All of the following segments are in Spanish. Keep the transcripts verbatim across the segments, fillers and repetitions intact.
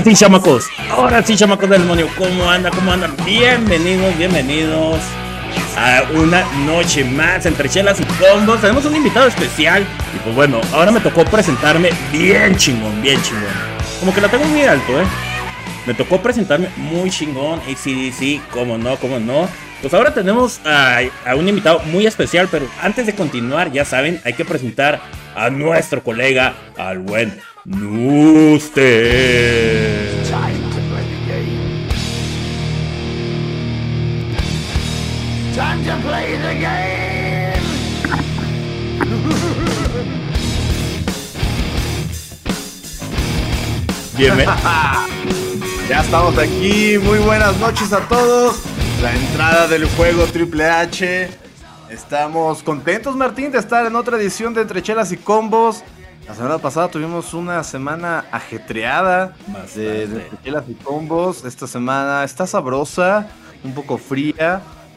sí, chamacos. Ahora sí, chamacos del demonio. ¿Cómo anda? ¿Cómo andan? Bienvenidos, bienvenidos a una noche más entre chelas y combos. Tenemos un invitado especial. Y pues bueno, ahora me tocó presentarme bien chingón, bien chingón. Como que la tengo muy alto, ¿eh? Me tocó presentarme muy chingón. Y sí, sí, cómo no, cómo no. Pues ahora tenemos a, a un invitado muy especial. Pero antes de continuar, ya saben, hay que presentar a nuestro colega, al buen Nuster. Time to play the game. Time to play the game. Bienvenido. Ya estamos aquí, muy buenas noches a todos. La entrada del juego Triple H. Estamos contentos, Martín, de estar en otra edición de Entre Chelas y Combos. La semana pasada tuvimos una semana ajetreada de, de Entre Chelas y Combos. Esta semana está sabrosa, un poco fría.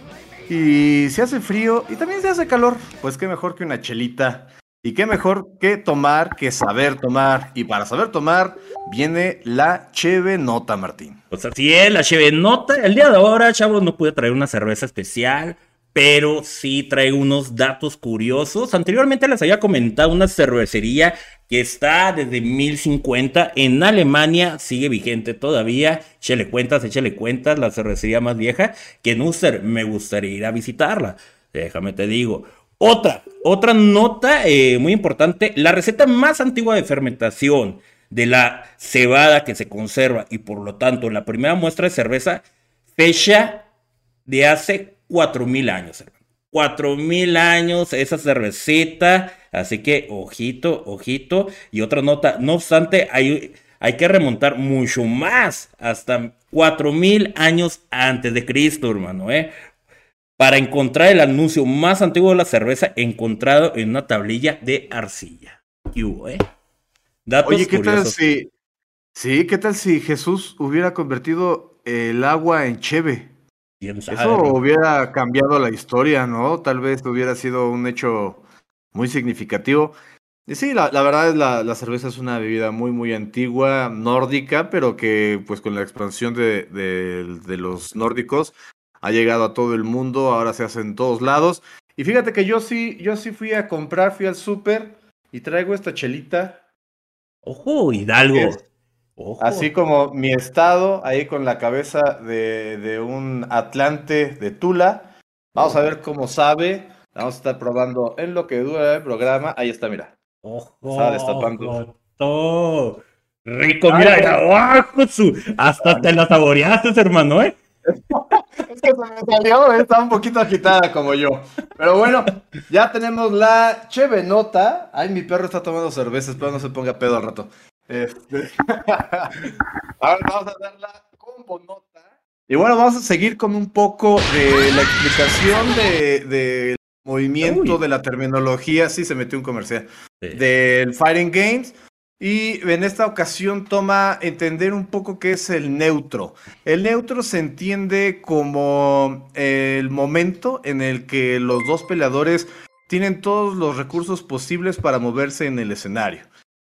Y se hace frío y también se hace calor. Pues qué mejor que una chelita. Y qué mejor que tomar, que saber tomar. Y para saber tomar viene la Cheve Nota, Martín. Pues así es, la Cheve Nota. El día de ahora, chavos, no pude traer una cerveza especial, pero sí traigo unos datos curiosos. Anteriormente les había comentado una cervecería que está desde mil cincuenta en Alemania, sigue vigente todavía. Échale cuentas, échale cuentas, la cervecería más vieja que en Uster. Me gustaría ir a visitarla, déjame te digo. Otra, otra nota eh, muy importante, la receta más antigua de fermentación de la cebada que se conserva y por lo tanto la primera muestra de cerveza fecha de hace cuatro mil años, hermano. cuatro mil años esa cervecita, así que ojito, ojito. Y otra nota, no obstante, hay, hay que remontar mucho más, hasta cuatro mil años antes de Cristo, hermano, ¿eh? Para encontrar el anuncio más antiguo de la cerveza encontrado en una tablilla de arcilla. ¿Qué hubo, eh? Datos Oye, ¿qué curiosos. tal si... Sí, ¿qué tal si Jesús hubiera convertido el agua en cheve? ¿Quién sabe, Eso bro? hubiera cambiado la historia, ¿no? Tal vez hubiera sido un hecho muy significativo. Y sí, la, la verdad es la, la cerveza es una bebida muy, muy antigua, nórdica, pero que pues con la expansión de, de, de los nórdicos ha llegado a todo el mundo, ahora se hace en todos lados. Y fíjate que yo sí, yo sí fui a comprar, fui al súper y traigo esta chelita. Ojo, Hidalgo. Es así Ojo. como mi estado, ahí con la cabeza de, de un Atlante de Tula. Vamos a ver cómo sabe. Vamos a estar probando en lo que dura el programa. Ahí está, mira. Ojo, Estaba destapando. ojo, todo. Rico, Ay, mira, güey. abajo su. Hasta te la saboreaste, hermano, ¿eh? Es que se me salió, eh, está un poquito agitada como yo. Pero bueno, ya tenemos la Cheve Nota. Ay, mi perro está tomando cerveza, espero no se ponga pedo al rato. Este... Ahora vamos a dar la combo nota. Y bueno, vamos a seguir con un poco de la explicación de, de movimiento, Uy. de la terminología. Sí, se metió un comercial. Sí. Del Fighting Games. Y en esta ocasión toma entender un poco qué es el neutro. El neutro se entiende como el momento en el que los dos peleadores tienen todos los recursos posibles para moverse en el escenario.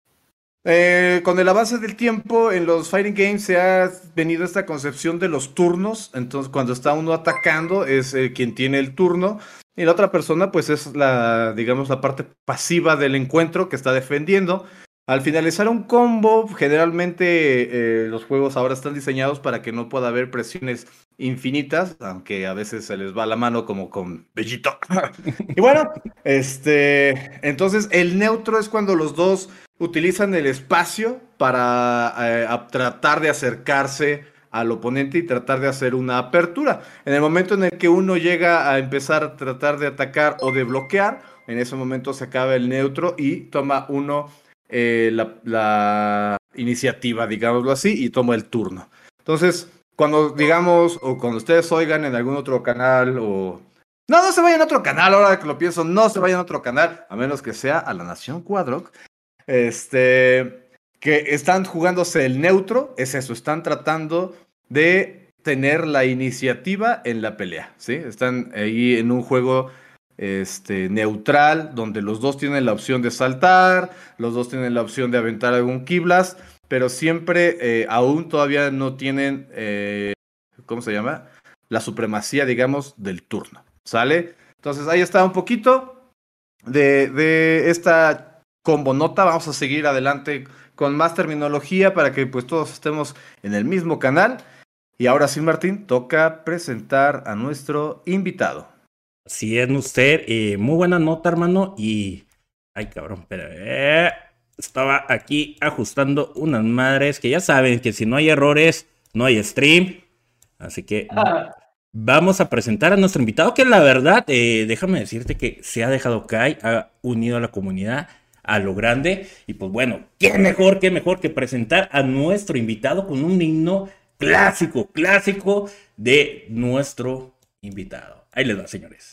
Eh, con el avance del tiempo en los Fighting Games se ha venido esta concepción de los turnos. Entonces cuando está uno atacando es eh, quien tiene el turno y la otra persona pues es la, digamos, la parte pasiva del encuentro que está defendiendo. Al finalizar un combo, generalmente eh, los juegos ahora están diseñados para que no pueda haber presiones infinitas, aunque a veces se les va la mano como con Bellito. Y bueno, este, entonces el neutro es cuando los dos utilizan el espacio para eh, a tratar de acercarse al oponente y tratar de hacer una apertura. En el momento en el que uno llega a empezar a tratar de atacar o de bloquear, en ese momento se acaba el neutro y toma uno eh, la, la iniciativa, digámoslo así, y toma el turno. Entonces, cuando digamos, o cuando ustedes oigan en algún otro canal o... No, no se vayan a otro canal, ahora que lo pienso, no se vayan a otro canal, a menos que sea a la Nación Quadroc. Este, que están jugándose el neutro, es eso, están tratando de tener la iniciativa en la pelea, ¿sí? Están ahí en un juego este, neutral, donde los dos tienen la opción de saltar, los dos tienen la opción de aventar algún kiblas, pero siempre eh, aún todavía no tienen, eh, ¿cómo se llama? La supremacía, digamos, del turno, ¿sale? Entonces ahí está un poquito de, de esta combo nota. Vamos a seguir adelante con más terminología para que pues todos estemos en el mismo canal. Y ahora sí, Martín, toca presentar a nuestro invitado. Así es, usted. Eh, muy buena nota, hermano. Y. Ay, cabrón, espera. Eh, estaba aquí ajustando unas madres que ya saben que si no hay errores, no hay stream. Así que Ah, vamos a presentar a nuestro invitado, que la verdad, eh, déjame decirte que se ha dejado caer, ha unido a la comunidad a lo grande. Y pues bueno, qué mejor, qué mejor que presentar a nuestro invitado con un himno clásico, clásico de nuestro invitado. Ahí les va, señores.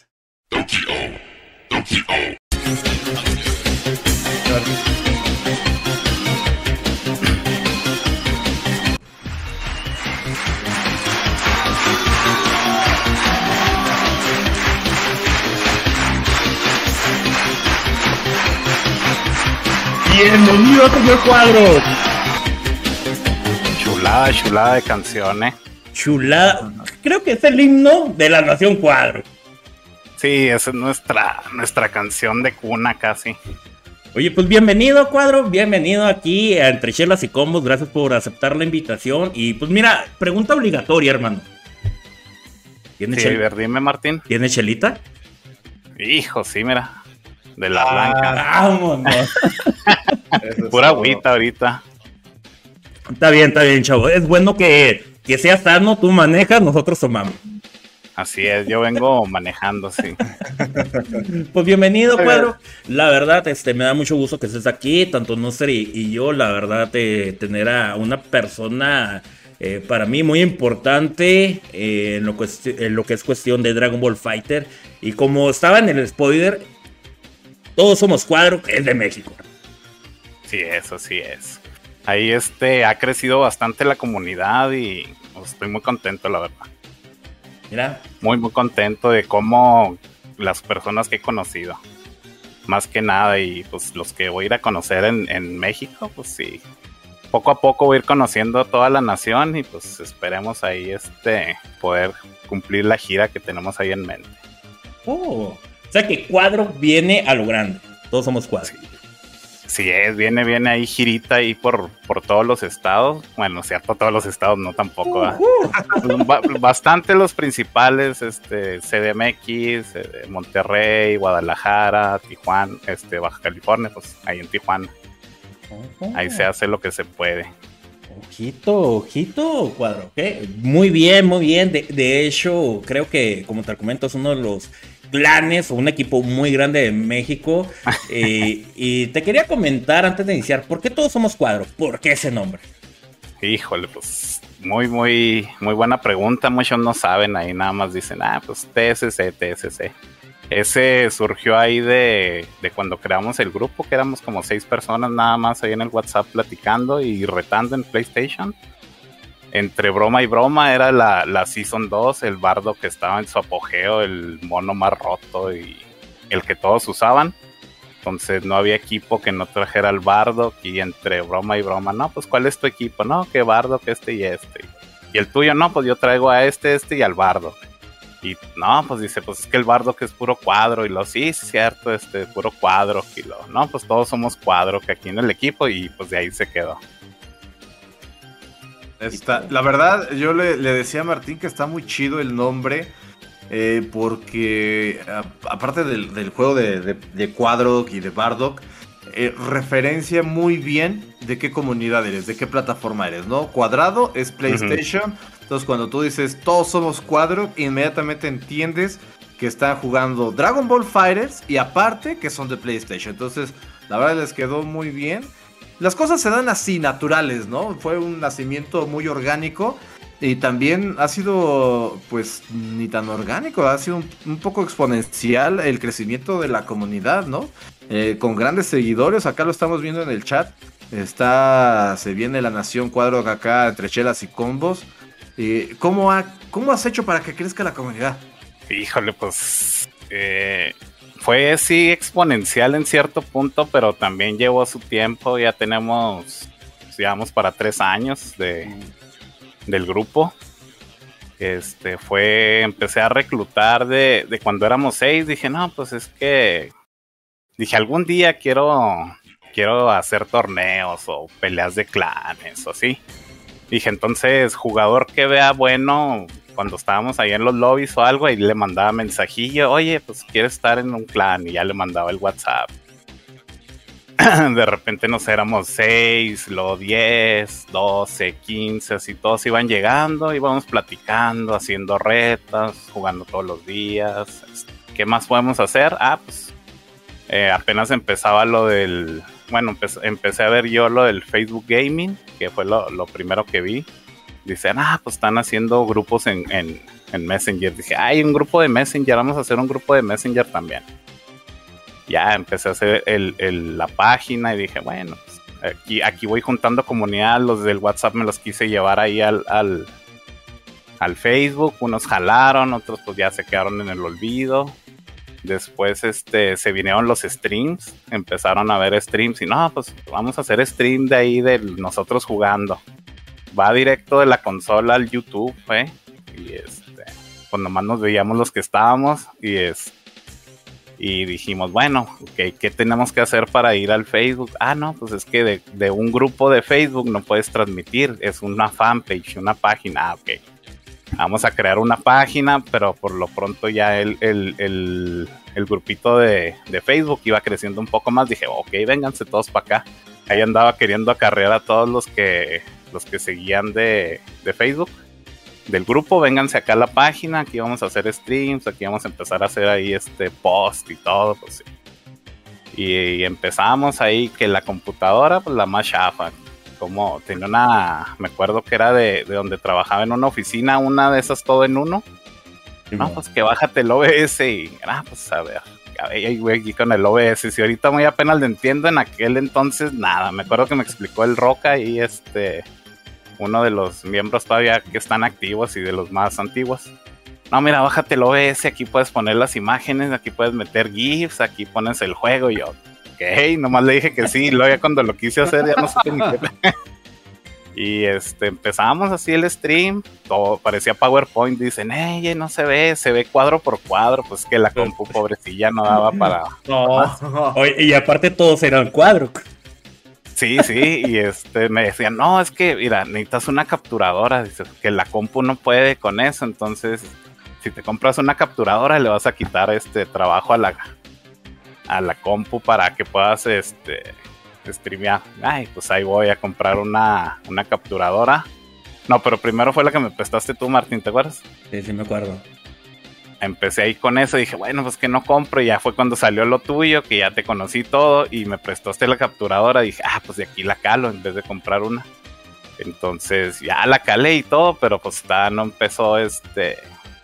Bienvenido, señor Cuadro. Chulada, chulada de canciones. Chulada. Creo que es el himno de la Nación Cuadro. Sí, esa es nuestra, nuestra canción de cuna casi. Oye, pues bienvenido, Cuadro. Bienvenido aquí a Entre Chelas y Combos. Gracias por aceptar la invitación. Y pues mira, pregunta obligatoria, hermano. ¿Tiene, Sí, chel- a ver, dime, Martín. ¿Tiene chelita? Hijo, sí, mira. De la Ah, blanca. Vámonos. Eso es Pura todo. agüita ahorita. Está bien, está bien, chavo. Es bueno que, que sea sano, tú manejas, nosotros tomamos. Así es, yo vengo manejando, sí. Pues bienvenido, Muy Cuadro. La verdad, este, me da mucho gusto que estés aquí, tanto Noster y, y yo. La verdad, eh, tener a una persona eh, para mí muy importante eh, en, lo cuesti- en lo que es cuestión de Dragon Ball Fighter. Y como estaba en el spoiler, todos somos Cuadro, que es de México. Sí, eso sí es. Ahí este ha crecido bastante la comunidad y pues, estoy muy contento, la verdad. Mira, Muy, muy contento de cómo las personas que he conocido. Más que nada, y pues los que voy a ir a conocer en, en México, pues sí. Poco a poco voy a ir conociendo toda la nación y pues esperemos ahí este poder cumplir la gira que tenemos ahí en mente. oh, o sea que Cuadro viene a lo grande. Todos somos Cuadro. Sí, es, viene, viene ahí girita ahí por, por todos los estados. Bueno, cierto, todos los estados no tampoco. ¿eh? Ba- bastante los principales, este, C D M X, eh, Monterrey, Guadalajara, Tijuana, este, Baja California, pues ahí en Tijuana. Ahí se hace lo que se puede. Ojito, ojito, Cuadro. ¿Ok? Muy bien, muy bien. De, de hecho, creo que, como te comento, es uno de los clanes o un equipo muy grande de México. Eh, y te quería comentar antes de iniciar, ¿por qué todos somos Cuadro? ¿Por qué ese nombre? Híjole, pues muy, muy, muy buena pregunta. Muchos no saben, ahí nada más dicen, ah, pues T S C, T S C. Ese surgió ahí de, de cuando creamos el grupo, que éramos como seis personas nada más ahí en el WhatsApp platicando y retando en PlayStation. Entre broma y broma era la, la Season dos, el bardo que estaba en su apogeo, el mono más roto y el que todos usaban. Entonces no había equipo que no trajera al bardo y entre broma y broma, no, pues ¿cuál es tu equipo? No, que bardo, que este y este. Y el tuyo, no, pues yo traigo a este, este y al bardo. Y no, pues dice, pues es que el bardo que es puro Cuadro. Y lo, sí, sí, cierto, este, puro Cuadro. Y lo, no, pues todos somos Cuadro que aquí en el equipo y pues de ahí se quedó. Está, la verdad, yo le, le decía a Martín que está muy chido el nombre, eh, porque a- aparte del, del juego de, de, de Quadrock y de Bardock, eh, referencia muy bien de qué comunidad eres, de qué plataforma eres, ¿no? Cuadrado es PlayStation, entonces cuando tú dices todos somos Quadrock, inmediatamente entiendes que están jugando Dragon Ball Fighters y aparte que son de PlayStation, entonces la verdad les quedó muy bien. Las cosas se dan así, naturales, ¿no? Fue un nacimiento muy orgánico y también ha sido, pues, ni tan orgánico, ha sido un, un poco exponencial el crecimiento de la comunidad, ¿no? Eh, con grandes seguidores, acá lo estamos viendo en el chat, está, se viene la Nación Cuadro acá, entre chelas y combos. Eh, ¿cómo, ha, ¿Cómo has hecho para que crezca la comunidad? Híjole, pues eh, fue sí exponencial en cierto punto, pero también llevó su tiempo. Ya tenemos pues llevamos para tres años de, del grupo. Este, fue, empecé a reclutar de, de cuando éramos seis, dije, no, pues es que, dije, algún día quiero, quiero hacer torneos o peleas de clanes o así. Dije, entonces, jugador que vea bueno, cuando estábamos ahí en los lobbies o algo, ahí le mandaba mensajillo, oye, pues quieres estar en un clan, y ya le mandaba el WhatsApp. De repente nos éramos seis, luego diez, doce, quince, así todos iban llegando, íbamos platicando, haciendo retas, jugando todos los días. ¿Qué más podemos hacer? Ah, pues eh, apenas empezaba lo del... Bueno, empecé, empecé a ver yo lo del Facebook Gaming, que fue lo, lo primero que vi. Dicen, ah, pues están haciendo grupos en, en, en Messenger. Dije, hay un grupo de Messenger, vamos a hacer un grupo de Messenger también. Ya empecé a hacer el, el, la página y dije, bueno, pues aquí, aquí voy juntando comunidad. Los del WhatsApp me los quise llevar ahí al, al, al Facebook. Unos jalaron, otros pues ya se quedaron en el olvido. Después este, se vinieron los streams, empezaron a ver streams y no, pues vamos a hacer stream de ahí de nosotros jugando. Va directo de la consola al YouTube, ¿eh? Y este, pues nomás nos veíamos los que estábamos y es... Y dijimos, bueno, okay, ¿qué tenemos que hacer para ir al Facebook? Ah, no, pues es que de, de un grupo de Facebook no puedes transmitir, es una fanpage, una página. Ah, ok, vamos a crear una página, pero por lo pronto ya el, el, el, el grupito de, de Facebook iba creciendo un poco más. Dije, ok, vénganse todos para acá. Ahí andaba queriendo acarrear a todos los que, los que seguían de, de Facebook. Del grupo, vénganse acá a la página, aquí vamos a hacer streams, aquí vamos a empezar a hacer ahí este post y todo, pues sí. Y, y empezamos ahí que la computadora, pues la más chafa, como tenía una, me acuerdo que era de, de donde trabajaba en una oficina, una de esas todo en uno. Sí, no, pues que bájate el O B S y, ah, pues a ver, ahí güey, aquí con el O B S, si ahorita muy apenas lo entiendo, en aquel entonces nada, me acuerdo que me explicó el Roca y este... uno de los miembros todavía que están activos y de los más antiguos. No, mira, bájate el O B S, aquí puedes poner las imágenes, aquí puedes meter GIFs, aquí pones el juego. Y yo, ok, nomás le dije que sí, y luego ya cuando lo quise hacer ya no supe ni qué. Y este, empezamos así el stream, todo parecía PowerPoint, dicen, ey, no se ve, se ve cuadro por cuadro, pues que la compu pobrecilla no daba para... No, oye, y aparte todos eran cuadro. Sí, sí, y este me decían, no, es que, mira, necesitas una capturadora, dice, que la compu no puede con eso, entonces, si te compras una capturadora, le vas a quitar este trabajo a la, a la compu para que puedas, este, streamear. Ay, pues ahí voy a comprar una, una capturadora. No, pero primero fue la que me prestaste tú, Martín, ¿te acuerdas? Sí, sí me acuerdo. Empecé ahí con eso y dije, bueno, pues que no compro. Y ya fue cuando salió lo tuyo, que ya te conocí todo y me prestaste la capturadora. Dije, ah, pues de aquí la calo en vez de comprar una. Entonces ya la calé y todo, pero pues está, no empezó, este,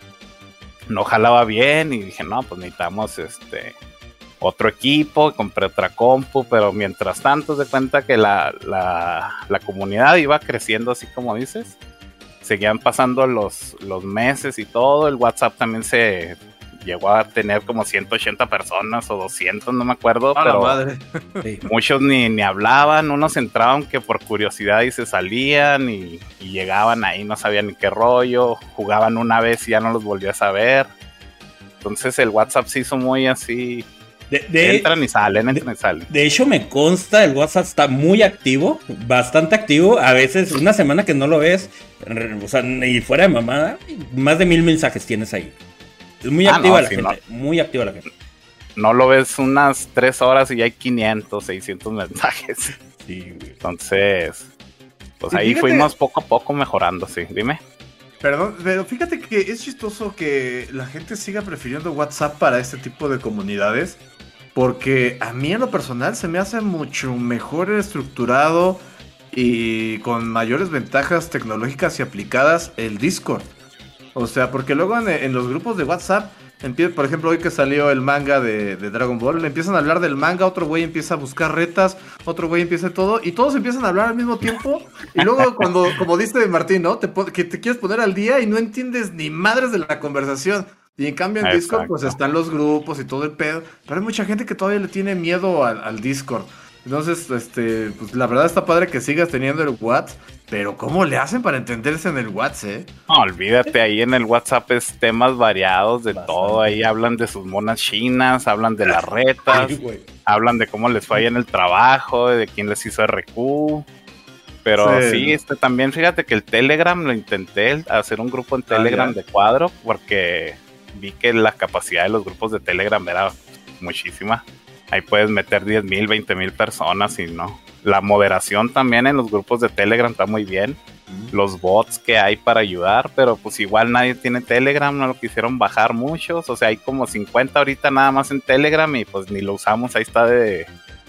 no jalaba bien. Y dije, no, pues necesitamos este otro equipo. Compré otra compu, pero mientras tanto se cuenta que la, la, la comunidad iba creciendo así como dices. Seguían pasando los, los meses y todo. El WhatsApp también se llegó a tener como ciento ochenta personas o doscientos, no me acuerdo. ¡A pero la madre! Muchos ni, ni hablaban. Unos entraban que por curiosidad y se salían y, y llegaban ahí, no sabían ni qué rollo. Jugaban una vez y ya no los volví a saber. Entonces el WhatsApp se hizo muy así... De, de, entran y salen, entran de, y salen. De hecho, me consta, el WhatsApp está muy activo, bastante activo. A veces, una semana que no lo ves, o sea, y fuera de mamada, más de mil mensajes tienes ahí. Es muy ah, activa no, la si gente, no, muy activa la gente. No lo ves unas tres horas y ya hay quinientos, seiscientos mensajes. Sí, entonces, pues sí, ahí fíjate, fuimos poco a poco mejorando, sí. Dime. Perdón, pero fíjate que es chistoso que la gente siga prefiriendo WhatsApp para este tipo de comunidades. Porque a mí en lo personal se me hace mucho mejor estructurado y con mayores ventajas tecnológicas y aplicadas el Discord. O sea, porque luego en, en los grupos de WhatsApp, por ejemplo, hoy que salió el manga de, de Dragon Ball, le empiezan a hablar del manga, otro güey empieza a buscar retas, otro güey empieza todo, y todos empiezan a hablar al mismo tiempo. Y luego cuando, como dice Martín, ¿no? Te, que te quieres poner al día y no entiendes ni madres de la conversación. Y en cambio en Discord, exacto, pues están los grupos y todo el pedo. Pero hay mucha gente que todavía le tiene miedo al, al Discord. Entonces, este, pues la verdad está padre que sigas teniendo el WhatsApp, pero ¿cómo le hacen para entenderse en el WhatsApp, eh? No, olvídate, ahí en el WhatsApp es temas variados de Bastante. todo. Ahí hablan de sus monas chinas, hablan de las retas, Sí, güey. hablan de cómo les fue ahí en el trabajo, de quién les hizo R Q. Pero Sí. sí, este también, fíjate que el Telegram lo intenté el- hacer un grupo en Telegram Ah, ya. de cuadro, porque vi que la capacidad de los grupos de Telegram era muchísima. Ahí puedes meter diez mil, veinte mil personas y no. La moderación también en los grupos de Telegram está muy bien. Los bots que hay para ayudar, pero pues igual nadie tiene Telegram, no lo quisieron bajar muchos. O sea, hay como cincuenta ahorita nada más en Telegram y pues ni lo usamos. Ahí está de,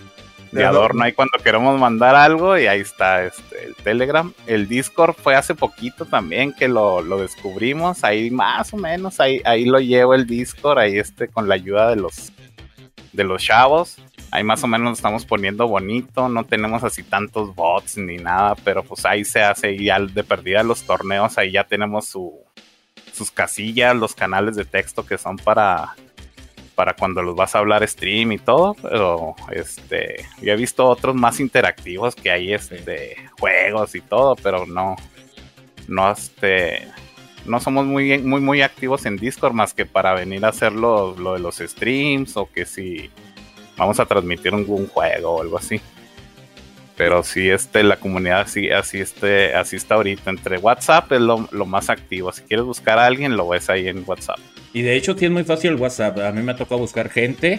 de adorno ahí cuando queremos mandar algo y ahí está este, el Telegram. El Discord fue hace poquito también que lo, lo descubrimos. Ahí más o menos, ahí, ahí lo llevo el Discord, ahí este con la ayuda de los de los chavos. Ahí más o menos nos estamos poniendo bonito, no tenemos así tantos bots ni nada, pero pues ahí se hace y ya de perdida los torneos, ahí ya tenemos su, sus casillas, los canales de texto que son para, para cuando los vas a hablar stream y todo, pero este, yo he visto otros más interactivos que hay este, juegos y todo, pero no, no este... No somos muy, muy, muy activos en Discord más que para venir a hacer lo, lo de los streams o que si vamos a transmitir un, un juego o algo así. Pero sí, este, la comunidad así, así, este, así está ahorita. Entre WhatsApp es lo, lo más activo. Si quieres buscar a alguien, lo ves ahí en WhatsApp. Y de hecho, sí es muy fácil el WhatsApp. A mí me ha tocado buscar gente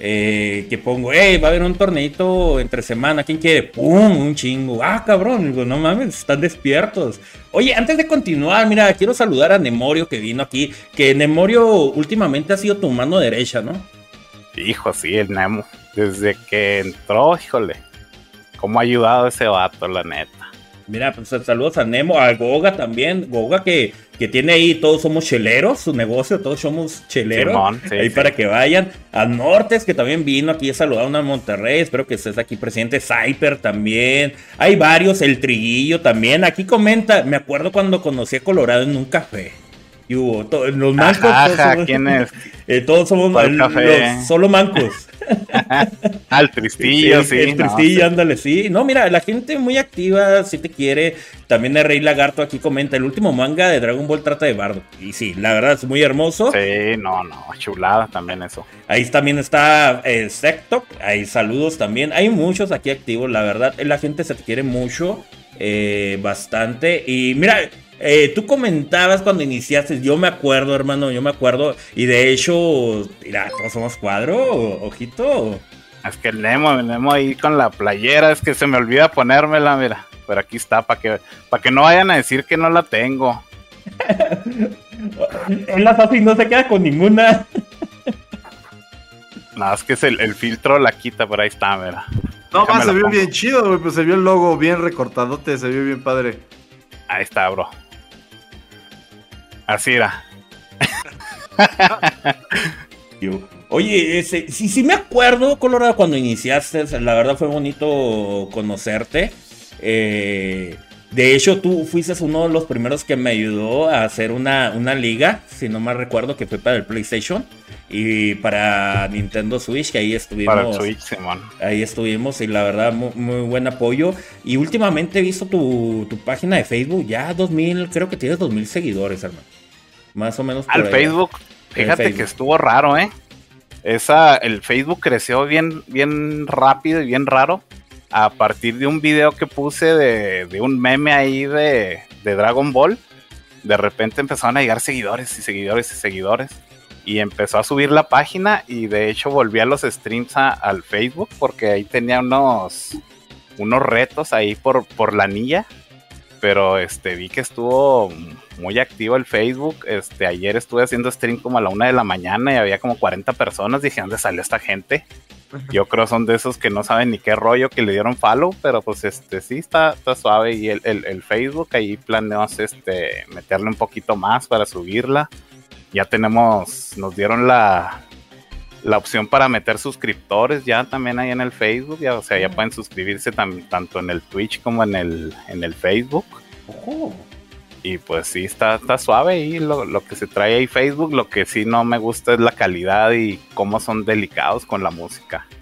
eh, que pongo, hey, va a haber un torneito entre semana. ¿Quién quiere? ¡Pum! Un chingo. Ah, cabrón. Digo, no mames, están despiertos. Oye, antes de continuar, mira, quiero saludar a Nemorio que vino aquí. Que Nemorio últimamente ha sido tu mano derecha, ¿no? Hijo, sí, el Nemo. Desde que entró, híjole. ¿Cómo ha ayudado ese vato, la neta? Mira, pues saludos a Nemo, a Goga también. Goga que, que tiene ahí, todos somos cheleros, su negocio, todos somos cheleros. Simón, sí, ahí sí. para que vayan. A Nortes, que también vino aquí a saludar a Monterrey. Espero que estés aquí presente. Cyper también. Hay varios, el Triguillo también. Aquí comenta, me acuerdo cuando conocí a Colorado en un café. Y hubo, to- los mancos. Ajá, todos ajá, somos- ¿quién es? eh, todos somos ¿Cuál el- café? los solo mancos. Ah, el Tristillo, sí. El, el no, Tristillo, sí. ándale, sí. No, mira, la gente muy activa, si te quiere. También el Rey Lagarto aquí comenta, el último manga de Dragon Ball trata de Bardo. Y sí, la verdad es muy hermoso. Sí, no, no, chulada también eso. Ahí también está eh, Sectok, hay saludos también. Hay muchos aquí activos, la verdad. La gente se te quiere mucho, eh, bastante. Y mira, eh, tú comentabas cuando iniciaste, yo me acuerdo, hermano, yo me acuerdo. Y de hecho, mira, todos somos cuadro, ojito. Es que el Nemo, el Nemo ahí con la playera, es que se me olvida ponérmela, mira. Pero aquí está, para que, para que no vayan a decir que no la tengo. Él la hace y no se queda con ninguna. Nada, es que es el, el filtro la quita, pero ahí está, mira. No, Déjame más, la se vio pongo. bien chido, güey, pues se vio el logo bien recortadote, se vio bien padre. Ahí está, bro. Así era. Oye, ese, sí, sí me acuerdo, Colorado, cuando iniciaste, la verdad fue bonito conocerte. Eh, de hecho, tú fuiste uno de los primeros que me ayudó a hacer una, una liga, si no mal recuerdo, que fue para el PlayStation y para Nintendo Switch, que ahí estuvimos. Para el Switch, Simón. Ahí estuvimos y la verdad muy, muy buen apoyo. Y últimamente he visto tu, tu página de Facebook, ya dos mil, creo que tienes dos mil seguidores, hermano. Más o menos por Al ahí. Facebook, fíjate Facebook. que estuvo raro, ¿eh? Esa, el Facebook creció bien, bien rápido y bien raro a partir de un video que puse de, de un meme ahí de, de Dragon Ball. De repente empezaron a llegar seguidores y seguidores y seguidores. Y empezó a subir la página y de hecho volví a los streams a- al Facebook porque ahí tenía unos, unos retos ahí por, por la anilla. Pero este vi que estuvo muy activo el Facebook. Este, ayer estuve haciendo stream como a la una de la mañana y había como cuarenta personas. Dije, ¿dónde salió esta gente? Yo creo son de esos que no saben ni qué rollo que le dieron follow, pero pues este sí está, está suave. Y el, el, el Facebook ahí planeamos este meterle un poquito más para subirla. Ya tenemos, nos dieron la, la opción para meter suscriptores ya también ahí en el Facebook. Ya, o sea, ya pueden suscribirse tam- tanto en el Twitch como en el, en el Facebook. Ojo. Y pues sí, está, está suave y lo, lo que se trae ahí Facebook. Lo que sí no me gusta es la calidad y cómo son delicados con la música.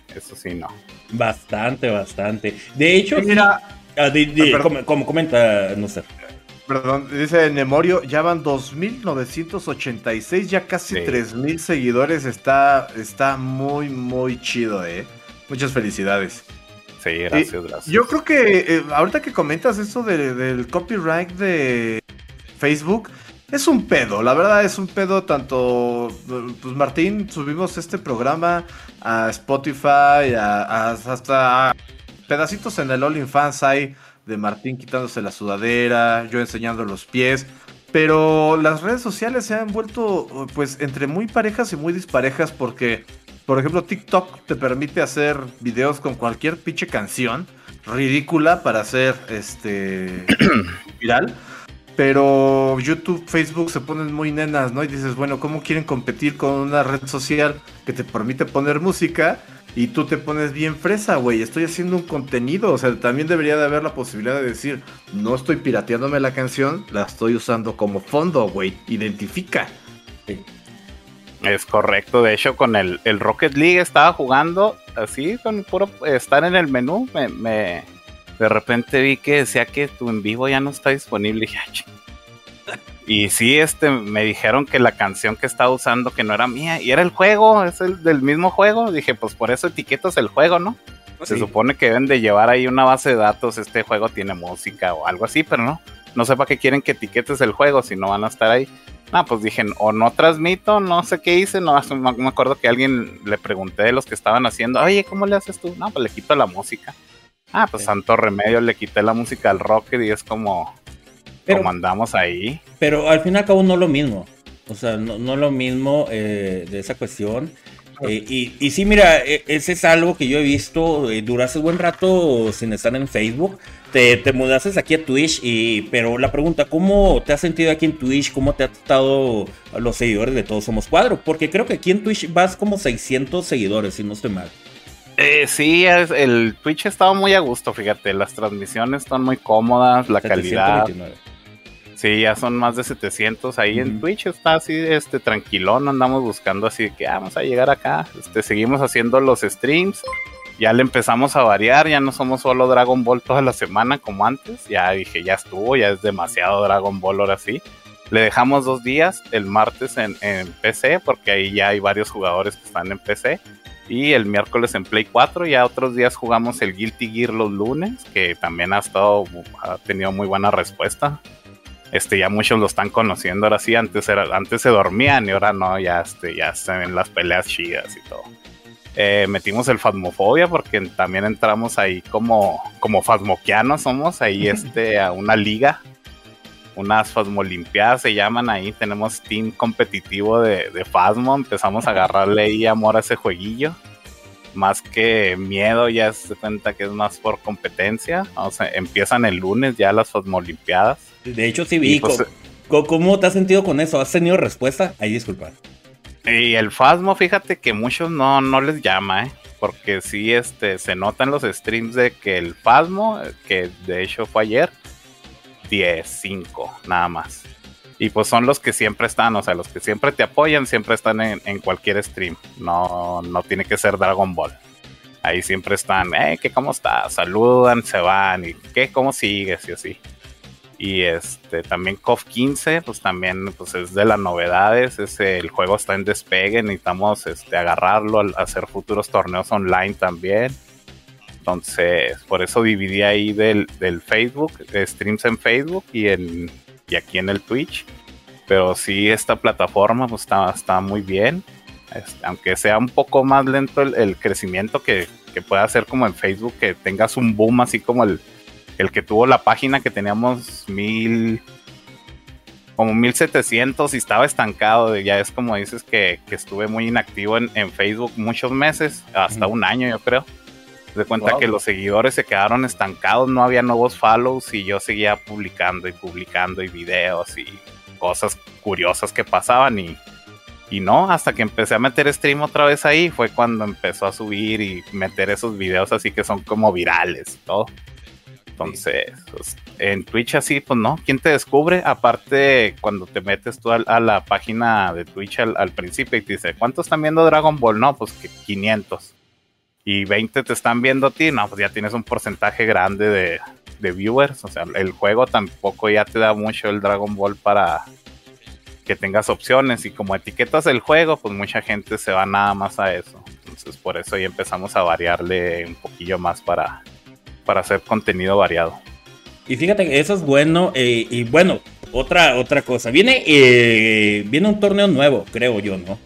eso sí, no. Bastante, bastante. De hecho, Mira, sí, ah, de, de, ah, como, como comenta, no sé. Perdón, dice Nemorio, ya van dos mil novecientos ochenta y seis, ya casi Sí. tres mil seguidores. Está, está muy, muy chido, ¿eh? Muchas felicidades. Sí, gracias, Eh, gracias. Yo creo que eh, ahorita que comentas eso de- del copyright de Facebook, es un pedo, la verdad es un pedo tanto, pues Martín, subimos este programa a Spotify, a, a- hasta pedacitos en el OnlyFans hay de Martín quitándose la sudadera, yo enseñando los pies, pero las redes sociales se han vuelto pues entre muy parejas y muy disparejas porque, por ejemplo, TikTok te permite hacer videos con cualquier pinche canción ridícula para hacer este viral. Pero YouTube, Facebook se ponen muy nenas, ¿no? Y dices, bueno, ¿cómo quieren competir con una red social que te permite poner música y tú te pones bien fresa, güey? Estoy haciendo un contenido, o sea, también debería de haber la posibilidad de decir, no estoy pirateándome la canción, la estoy usando como fondo, güey, identifica. Sí. Es correcto, de hecho con el, el Rocket League estaba jugando así, con puro estar en el menú, me, me de repente vi que decía que tu en vivo ya no está disponible y dije, "Ay, ching". Y sí, este, me dijeron que la canción que estaba usando que no era mía y era el juego, es el del mismo juego, dije pues por eso etiquetas el juego, ¿no? Se Sí. supone que deben de llevar ahí una base de datos, este juego tiene música o algo así, pero no, no sé para qué quieren que etiquetes el juego si no van a estar ahí. Ah, pues dije, o no transmito, no sé qué hice, no me acuerdo que a alguien le pregunté de los que estaban haciendo, oye, ¿cómo le haces tú? No, pues le quito la música. Ah, pues Sí. santo remedio, le quité la música al Rocket y es como, Pero- como andamos ahí. Pero al fin y al cabo no lo mismo. O sea, no, no lo mismo eh, de esa cuestión. Eh, y, y sí, mira, e- ese es algo que yo he visto. Eh, duraste buen rato sin estar en Facebook. Te, te mudaste aquí a Twitch. Y, pero la pregunta, ¿cómo te has sentido aquí en Twitch? ¿Cómo te ha tratado a los seguidores de Todos Somos Cuadro? Porque creo que aquí en Twitch vas como seiscientos seguidores, si no estoy mal. Eh, sí, es- el Twitch estaba muy a gusto, fíjate, las transmisiones están muy cómodas, la calidad. setecientos veintinueve. Sí, ya son más de setecientos ahí en Ujú. Twitch, está así, este, tranquilón, no andamos buscando así de que ah, vamos a llegar acá, este, seguimos haciendo los streams, ya le empezamos a variar, ya no somos solo Dragon Ball toda la semana como antes, ya dije, ya estuvo, ya es demasiado Dragon Ball ahora sí, le dejamos dos días, el martes en, en P C, porque ahí ya hay varios jugadores que están en P C, y el miércoles en Play cuatro, ya otros días jugamos el Guilty Gear los lunes, que también ha estado, ha tenido muy buena respuesta. Este, ya muchos lo están conociendo ahora sí, antes era, antes se dormían y ahora no, ya este, ya se ven las peleas chidas y todo. Eh, metimos el Phasmophobia porque también entramos ahí como, como phasmoquianos somos, ahí este, a una liga, unas Phasmolimpiadas se llaman ahí, tenemos team competitivo de, de Phasmo, empezamos a agarrarle ahí amor a ese jueguillo. Más que miedo, ya se cuenta que es más por competencia. O sea, empiezan el lunes ya las Phasmolimpiadas. De hecho, sí vi. Y, pues, ¿Cómo, cómo te has sentido con eso? ¿Has tenido respuesta? Ahí disculpa. Y el Phasmo, fíjate que muchos no, no les llama, ¿eh? Porque sí, este, se notan los streams de que el Phasmo, que de hecho fue ayer, diez, cinco, nada más. Y pues son los que siempre están, o sea, los que siempre te apoyan, siempre están en, en cualquier stream. No, no tiene que ser Dragon Ball. Ahí siempre están, eh, ¿qué cómo estás? Saludan, se van, y ¿qué? ¿Cómo sigues? Y así. Y este, también C O F quince, pues también pues es de las novedades, es, el juego está en despegue, necesitamos este, agarrarlo, hacer futuros torneos online también. Entonces, por eso dividí ahí del, del Facebook, streams en Facebook y, en, y aquí en el Twitch. Pero sí, esta plataforma pues está, está muy bien, este, aunque sea un poco más lento el, el crecimiento que, que pueda hacer como en Facebook, que tengas un boom así como el el que tuvo la página que teníamos mil, como mil setecientos y estaba estancado. Ya es como dices que, que estuve muy inactivo en, en Facebook muchos meses, hasta mm. un año yo creo. De cuenta wow. que los seguidores se quedaron estancados, no había nuevos follows y yo seguía publicando y publicando y videos y cosas curiosas que pasaban y, y no, hasta que empecé a meter stream otra vez ahí fue cuando empezó a subir y meter esos videos así que son como virales y todo. Entonces, pues, en Twitch así, pues no, ¿quién te descubre? Aparte, cuando te metes tú a, a la página de Twitch al, al principio y te dice, ¿cuántos están viendo Dragon Ball? No, pues que quinientos. y veinte te están viendo a ti, no, pues ya tienes un porcentaje grande de, de viewers. O sea, el juego tampoco ya te da mucho el Dragon Ball para que tengas opciones, y como etiquetas el juego, pues mucha gente se va nada más a eso. Entonces por eso ya empezamos a variarle un poquillo más para, para hacer contenido variado. Y fíjate que eso es bueno. Eh, y bueno, otra, otra cosa. Viene, eh, viene un torneo nuevo, creo yo, ¿no?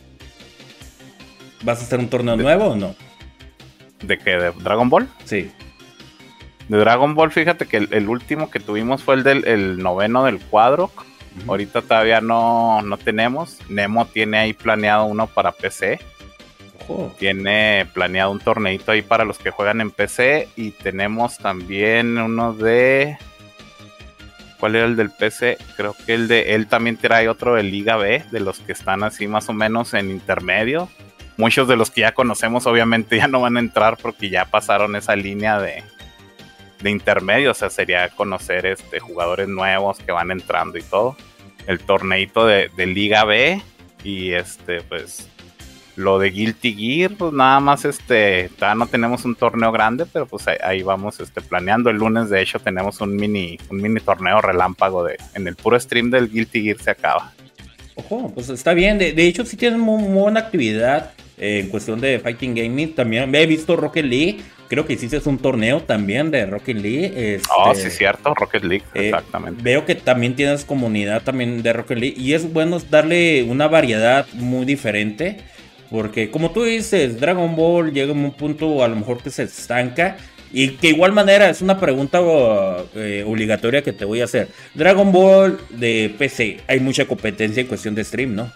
¿Vas a hacer un torneo de, nuevo o no? ¿De qué? ¿De Dragon Ball? Sí. De Dragon Ball, fíjate que el, el último que tuvimos fue el del el noveno del cuadro. Uh-huh. Ahorita todavía no, no tenemos. Nemo tiene ahí planeado uno para P C. Oh. Tiene planeado un torneito ahí para los que juegan en P C. Y tenemos también uno de... ¿Cuál era el del P C? Creo que el de... Él también trae otro de Liga B, de los que están así más o menos en intermedio. Muchos de los que ya conocemos obviamente ya no van a entrar porque ya pasaron esa línea de, de intermedio. O sea, sería conocer este, jugadores nuevos que van entrando y todo. El torneito de, de Liga B y este pues lo de Guilty Gear, pues nada más este, todavía no tenemos un torneo grande, pero pues ahí, ahí vamos este, planeando. El lunes de hecho tenemos un mini, un mini torneo relámpago de, en el puro stream del Guilty Gear se acaba. Ojo, pues está bien. De, de hecho, sí tienen muy, muy buena actividad eh, en cuestión de Fighting Gaming. También he visto Rocket League. Creo que hiciste un torneo también de Rocket League. Este, oh, sí, cierto, Rocket League, eh, exactamente. Veo que también tienes comunidad también de Rocket League. Y es bueno darle una variedad muy diferente. Porque como tú dices, Dragon Ball llega a un punto a lo mejor que se estanca. Y que igual manera es una pregunta eh, obligatoria que te voy a hacer. Dragon Ball de P C, hay mucha competencia en cuestión de stream, ¿no?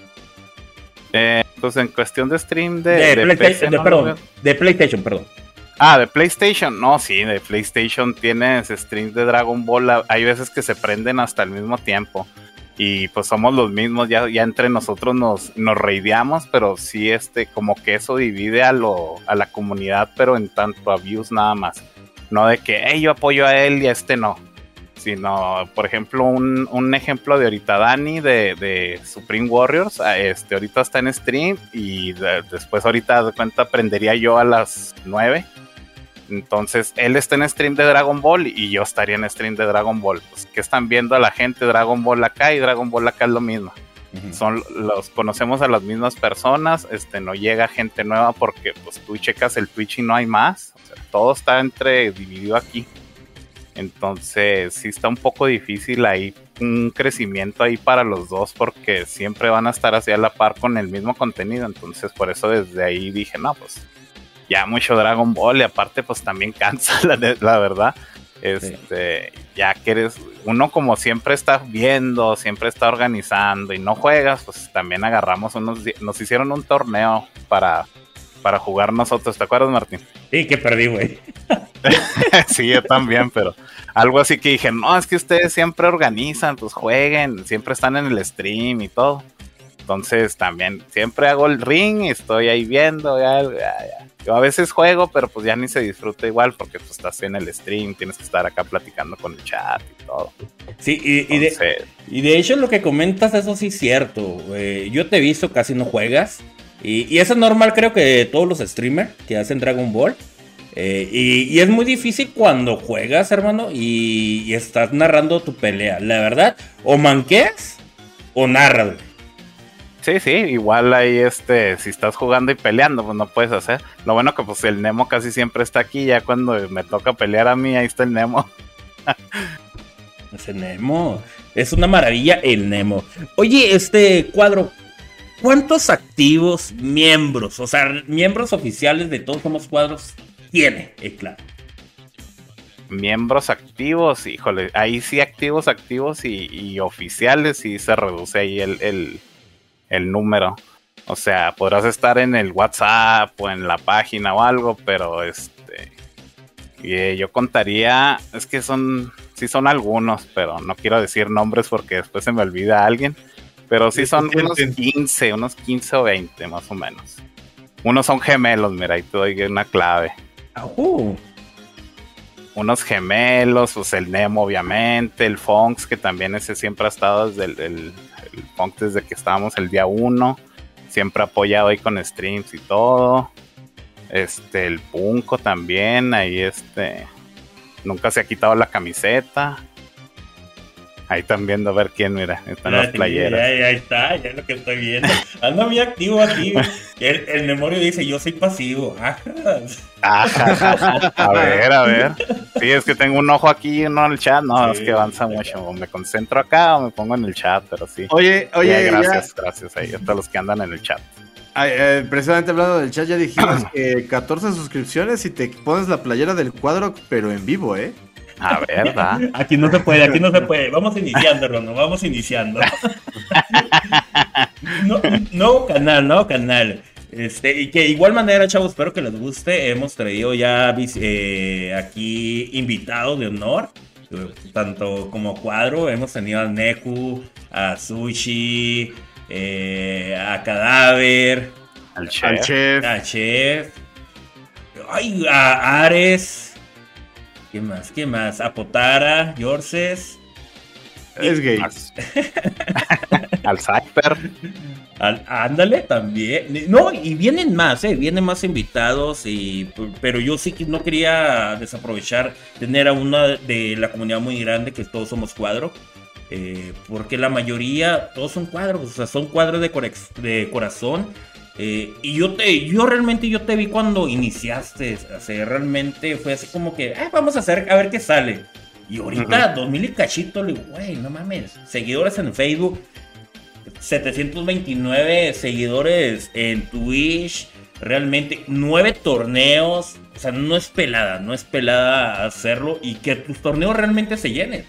Eh, pues en cuestión de stream de, de, de, Play, P C, de, ¿no? perdón, de PlayStation, perdón. Ah, de PlayStation, no, sí, de PlayStation tienes streams de Dragon Ball. Hay veces que se prenden hasta el mismo tiempo. Y pues somos los mismos, ya, ya entre nosotros nos, nos raideamos, pero sí este, como que eso divide a lo, a la comunidad, pero en tanto a views nada más. No de que hey, yo apoyo a él y a este no. Sino, por ejemplo, un, un ejemplo de ahorita Dani de, de Supreme Warriors, este ahorita está en stream y de, después ahorita de cuenta prendería yo a las nueve. Entonces, él está en stream de Dragon Ball y yo estaría en stream de Dragon Ball. Pues, ¿qué están viendo a la gente? Dragon Ball acá y Dragon Ball acá es lo mismo. Uh-huh. Son los conocemos a las mismas personas, este no llega gente nueva porque pues tú checas el Twitch y no hay más. O sea, todo está entre dividido aquí. Entonces, sí está un poco difícil ahí un crecimiento ahí para los dos porque siempre van a estar hacia la par con el mismo contenido. Entonces, por eso desde ahí dije, no, pues ya mucho Dragon Ball y aparte pues también cansa la, la verdad. Este, sí. Ya que eres uno como siempre está viendo, siempre está organizando y no juegas, pues también agarramos unos, nos hicieron un torneo para, para jugar nosotros, ¿te acuerdas, Martín? Sí, que perdí, güey. Sí, yo también, pero algo así que dije, no, es que ustedes siempre organizan, pues jueguen, siempre están en el stream y todo. Entonces también siempre hago el ring y estoy ahí viendo, ya, ya, ya. Yo a veces juego, pero pues ya ni se disfruta igual porque pues estás en el stream, tienes que estar acá platicando con el chat y todo. Sí, y, Entonces, y, de, y de hecho lo que comentas, eso sí es cierto. Eh, yo te he visto, casi no juegas. Y, y eso es normal, creo que todos los streamers que hacen Dragon Ball. Eh, y, y es muy difícil cuando juegas, hermano, y, y estás narrando tu pelea. La verdad, o manqueas o narras. Sí, sí, igual ahí este, si estás jugando y peleando, pues no puedes hacer. Lo bueno que pues el Nemo casi siempre está aquí, ya cuando me toca pelear a mí, ahí está el Nemo. Ese Nemo, es una maravilla el Nemo. Oye, este Cuadro, ¿cuántos activos miembros, o sea, miembros oficiales de Todos Somos Cuadros tiene el clan? Miembros activos, híjole, ahí sí activos, activos y, y oficiales, sí se reduce ahí el... el el número, o sea, podrás estar en el WhatsApp o en la página o algo, pero este, eh, yo contaría, es que son, sí son algunos, pero no quiero decir nombres porque después se me olvida alguien, pero sí son unos quince, unos quince o veinte más o menos. Unos son gemelos, mira, ahí te doy una clave. Uh. Unos gemelos, pues el Nemo obviamente, el Fonks, que también ese siempre ha estado desde el, el, el Fonks desde que estábamos el día uno, siempre apoyado ahí con streams y todo. Este, el Punco también, ahí este, nunca se ha quitado la camiseta. Ahí están viendo a ver quién, mira, están las playeras. Ya, ya está, ya es lo que estoy viendo. Anda muy activo aquí. El, el Memorio dice, yo soy pasivo. Ajá. A ver, a ver. Sí, es que tengo un ojo aquí y uno en el chat. No, sí, es que avanza mucho. O me concentro acá o me pongo en el chat, pero sí. Oye, oye. Sí, gracias, ya. gracias ahí a todos los que andan en el chat. Ay, eh, precisamente hablando del chat, ya dijimos que catorce suscripciones y te pones la playera del cuadro, pero en vivo, ¿eh? A ver, ¿va? Aquí no se puede, aquí no se puede. Vamos iniciando, Rono, vamos iniciando. No, nuevo canal, nuevo canal. Este, y que de igual manera, chavos, espero que les guste. Hemos traído ya eh, aquí invitados de honor, tanto como cuadro. Hemos tenido a Neku, a Sushi, eh, a Cadáver, al Chef, al Chef, a Chef, ay, a Ares. ¿Qué más? ¿Qué más? A Potara, Yorces. Es gay. Al Cyper. Al, ándale, también. No, y vienen más, ¿eh? Vienen más invitados, y, pero yo sí que no quería desaprovechar tener a una de la comunidad muy grande, que todos somos cuadro. Eh, porque la mayoría, todos son cuadros, o sea, son cuadros de, corex, de corazón. Eh, y yo te, yo realmente yo te vi cuando iniciaste, o sea, realmente fue así como que, eh, vamos a hacer, a ver qué sale. Y ahorita, uh-huh. dos mil y cachito, le digo, güey, no mames, seguidores en Facebook, setecientos veintinueve seguidores en Twitch, realmente, nueve torneos, o sea, no es pelada, no es pelada hacerlo, y que tus torneos realmente se llenen.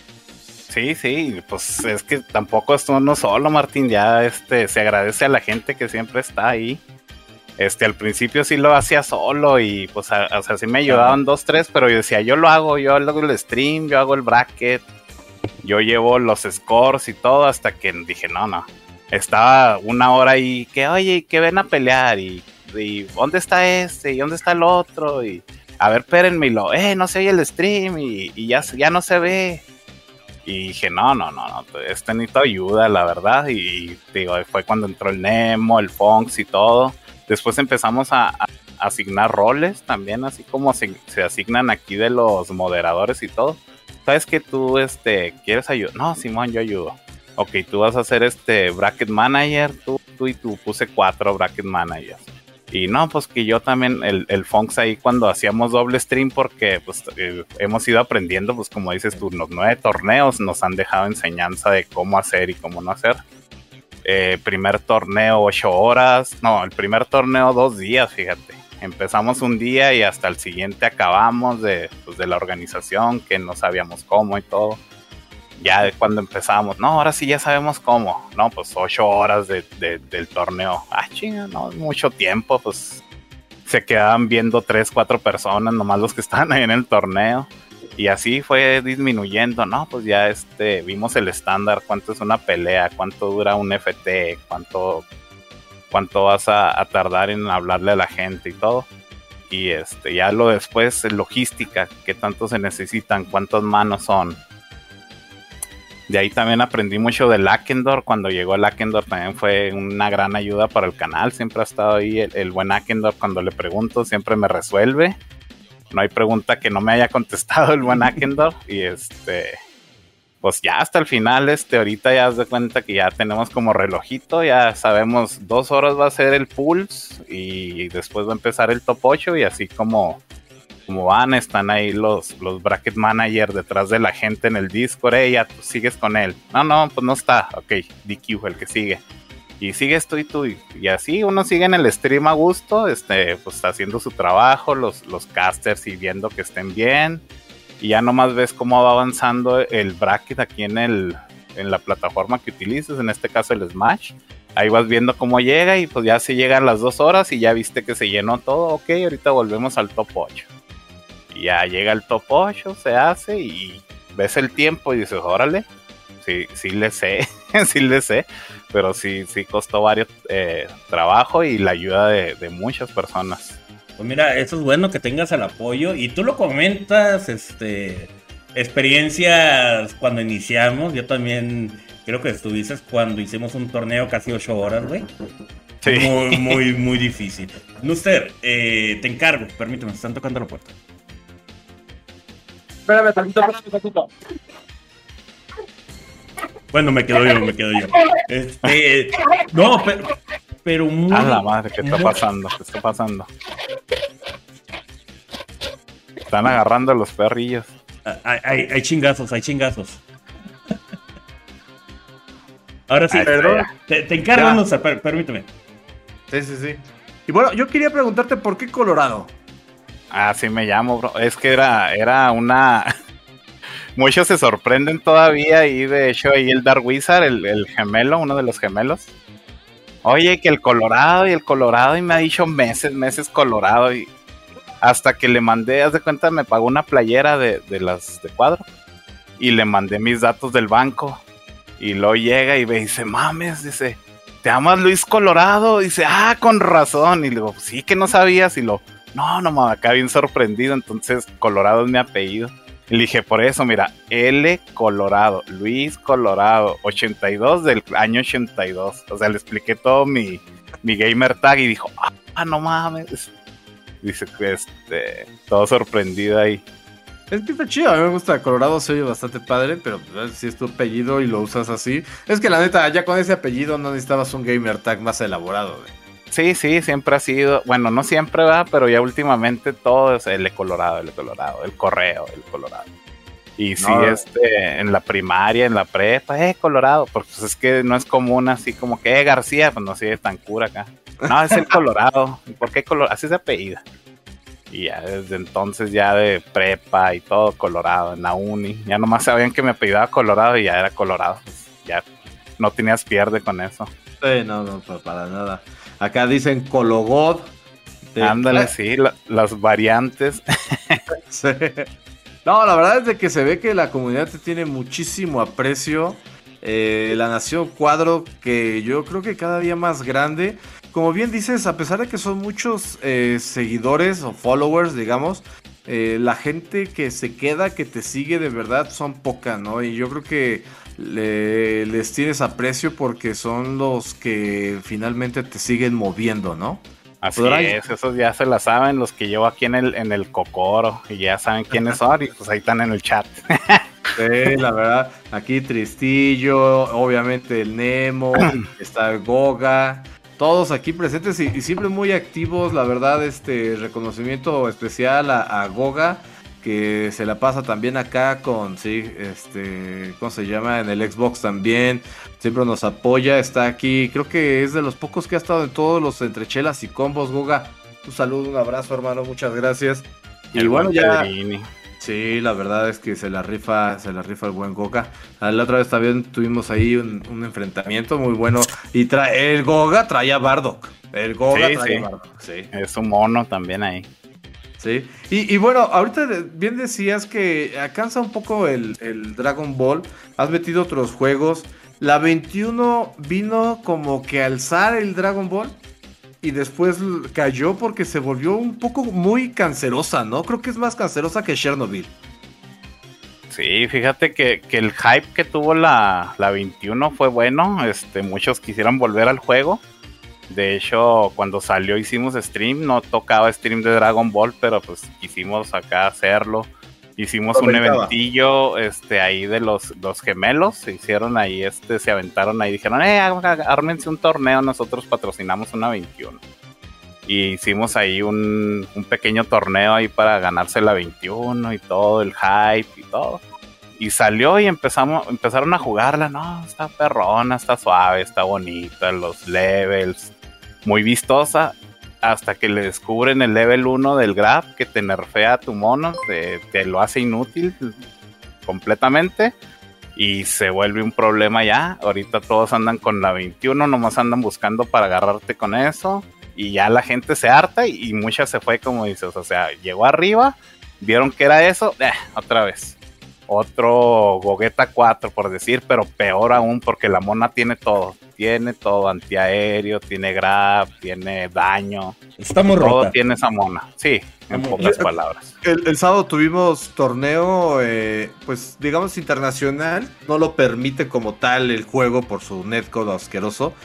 Sí, sí, pues es que tampoco es uno solo, Martín, ya este, se agradece a la gente que siempre está ahí. Este, al principio sí lo hacía solo y pues, a, o sea, sí me ayudaban dos, tres, pero yo decía, yo lo hago, yo hago el stream, yo hago el bracket, yo llevo los scores y todo, hasta que dije, no, no, estaba una hora ahí, que oye, que ven a pelear, y, y ¿dónde está este? ¿Y dónde está el otro? Y a ver, espérenme, y lo, eh, no se oye el stream, y, y ya, ya no se ve. Y dije, no, no, no, no, este necesito ayuda, la verdad. Y digo, fue cuando entró el Nemo, el Fonx y todo. Después empezamos a, a asignar roles también, así como se, se asignan aquí de los moderadores y todo. ¿Sabes que tú este, quieres ayudar? No, Simón, yo ayudo. Ok, tú vas a hacer este bracket manager, tú, tú y tú. Puse cuatro bracket managers. Y no, pues que yo también, el, el Fonx ahí cuando hacíamos doble stream, porque pues eh, hemos ido aprendiendo, pues como dices tú, los nueve torneos nos han dejado enseñanza de cómo hacer y cómo no hacer. Eh, primer torneo ocho horas, no, el primer torneo dos días, fíjate. Empezamos un día y hasta el siguiente acabamos de, pues, de la organización, que no sabíamos cómo y todo. Ya cuando empezamos, no, ahora sí ya sabemos cómo. No, pues ocho horas de, de, del torneo. Ah, chinga, no, mucho tiempo. Pues se quedaban viendo tres, cuatro personas, nomás los que estaban ahí en el torneo. Y así fue disminuyendo, ¿no? Pues ya este, vimos el estándar, cuánto es una pelea, cuánto dura un F T, cuánto, cuánto vas a, a tardar en hablarle a la gente y todo. Y este, ya lo después, logística, qué tanto se necesitan, cuántas manos son. De ahí también aprendí mucho de Lackendor. Cuando llegó Lackendor también fue una gran ayuda para el canal. Siempre ha estado ahí el, el buen Lackendor. Cuando le pregunto siempre me resuelve. No hay pregunta que no me haya contestado el buen Lackendor. Y este, pues ya hasta el final, este, ahorita ya haz de cuenta que ya tenemos como relojito. Ya sabemos, dos horas va a ser el Pulse y después va a empezar el top ocho y así como... como van, están ahí los, los bracket manager detrás de la gente en el Discord. Hey, ya tú sigues con él. No, no, pues no está. Ok, D Q, el que sigue. Y sigues tú y tú. Y, y así uno sigue en el stream a gusto, este, pues haciendo su trabajo, los, los casters y viendo que estén bien. Y ya nomás ves cómo va avanzando el bracket aquí en, el, en la plataforma que utilices, en este caso el Smash. Ahí vas viendo cómo llega y pues ya se llegan las dos horas y ya viste que se llenó todo. Ok, ahorita volvemos al top ocho. Y ya llega el top ocho, se hace y ves el tiempo y dices, órale, sí, sí le sé, sí le sé, pero sí, sí costó varios eh, trabajo y la ayuda de, de muchas personas. Pues mira, eso es bueno que tengas el apoyo y tú lo comentas, este, experiencias cuando iniciamos. Yo también creo que estuviste cuando hicimos un torneo casi ocho horas, güey. Sí. Muy, muy, muy difícil. Nuster, eh, te encargo, permíteme, están tocando la puerta. Espérame, tantito, espérame, tantito. Bueno, me quedo yo, me quedo yo. Este, no, pero, pero muy... A la madre, ¿qué está muy- pasando? ¿Qué está pasando? Están agarrando a los perrillos. Hay, hay, hay chingazos, hay chingazos. Ahora sí, Ahí está, perdón. ya. te, te encargo, Ya. Nuster, per- permíteme. Sí, sí, sí. Y bueno, yo quería preguntarte por qué Colorado. Ah, sí me llamo, bro. Es que era, era una... Muchos se sorprenden todavía y de hecho ahí el Dark Wizard, el, el gemelo, uno de los gemelos. Oye, que el Colorado y el Colorado y me ha dicho meses, meses Colorado y hasta que le mandé, haz de cuenta, me pagó una playera de, de las de cuadro y le mandé mis datos del banco y luego llega y me dice, mames, dice, ¿te llamas Luis Colorado? Dice, ah, con razón. Y le digo, sí que no sabías y lo, no, no, mames, acá bien sorprendido, entonces Colorado es mi apellido. Y le dije, por eso, mira, L Colorado, Luis Colorado, ochenta y dos del año ochenta y dos. O sea, le expliqué todo mi, mi gamer tag y dijo, ah, no mames. Dice que este, todo sorprendido ahí. Es que está chido, a mí me gusta. Colorado se oye bastante padre, pero pues, si es tu apellido y lo usas así. Es que la neta, ya con ese apellido no necesitabas un gamer tag más elaborado, güey. Sí, sí, siempre ha sido, bueno, no siempre va, pero ya últimamente todo es el Colorado, el Colorado, el correo, el Colorado. Y sí, No. este, en la primaria, en la prepa, eh, Colorado, porque pues, es que no es común así como que, eh, García, pues no sé, tan cura acá. No, es el Colorado. ¿Y por qué Colorado? Así se apellida. Y ya desde entonces, ya de prepa y todo Colorado, en la uni, ya nomás sabían que me apellidaba Colorado y ya era Colorado. Pues, ya no tenías pierde con eso. Sí, no, no, pa- para nada. Acá dicen Cologod. De- Ándale, sí, la- las variantes. Sí. No, la verdad es de que se ve que la comunidad te tiene muchísimo aprecio. Eh, la Nación Cuadro, que yo creo que cada día más grande. Como bien dices, a pesar de que son muchos eh, seguidores o followers, digamos, eh, la gente que se queda, que te sigue de verdad, son poca, ¿no? Y yo creo que le- les tienes aprecio porque son los que finalmente te siguen moviendo, ¿no? Así Podrá- es, esos ya se la saben, los que llevo aquí en el, en el Cocoro, y ya saben quiénes son, y pues ahí están en el chat. Sí, la verdad, aquí Tristillo, obviamente el Nemo, está el Goga, todos aquí presentes y, y siempre muy activos, la verdad, este reconocimiento especial a, a Goga, que se la pasa también acá con, sí, este, ¿cómo se llama? En el Xbox también, siempre nos apoya, está aquí, creo que es de los pocos que ha estado en todos los entrechelas y combos, Goga, un saludo, un abrazo, hermano, muchas gracias. Y El bueno, buen ya... Pedrini. Sí, la verdad es que se la rifa, se la rifa el buen Goga. Ah, la otra vez también tuvimos ahí un, un enfrentamiento muy bueno. Y tra el Goga traía a Bardock. El Goga Sí, traía sí. a Bardock. Sí, Es un mono también ahí. sí. Y, y bueno, ahorita de- bien decías que alcanza un poco el, el Dragon Ball. Has metido otros juegos. La veintiuno vino como que a alzar el Dragon Ball. Y después l- cayó porque se volvió un poco muy cancerosa, ¿no? Creo que es más cancerosa que Chernobyl. Sí, fíjate que, que el hype que tuvo la, la veintiuno fue bueno. Este, muchos quisieran volver al juego. De hecho, cuando salió hicimos stream. No tocaba stream de Dragon Ball, pero pues quisimos acá hacerlo. Hicimos un Comentaba. eventillo este, ahí de los, los gemelos. Se hicieron ahí, este, se aventaron ahí. Dijeron, eh, haga- ármense un torneo. Nosotros patrocinamos una veintiuno. Y hicimos ahí un, un pequeño torneo ahí para ganarse la veintiuno y todo, el hype y todo. Y salió y empezamos, empezaron a jugarla. No, está perrona, está suave, está bonita, los levels, muy vistosa. Hasta que le descubren el level uno del grab que te nerfea a tu mono, te, te lo hace inútil completamente. Y se vuelve un problema ya. Ahorita todos andan con la veintiuno, nomás andan buscando para agarrarte con eso. Y ya la gente se harta y, y mucha se fue, como dices. O sea, llegó arriba, vieron que era eso, eh, otra vez. Otro Gogeta cuatro, por decir, pero peor aún porque la mona tiene todo. Tiene todo, antiaéreo, tiene grab, tiene daño. Estamos Todo rota. tiene esa mona. Sí, en Estamos- pocas Yo- palabras. El, el sábado tuvimos torneo, eh, pues digamos internacional. No lo permite como tal el juego por su netcode asqueroso.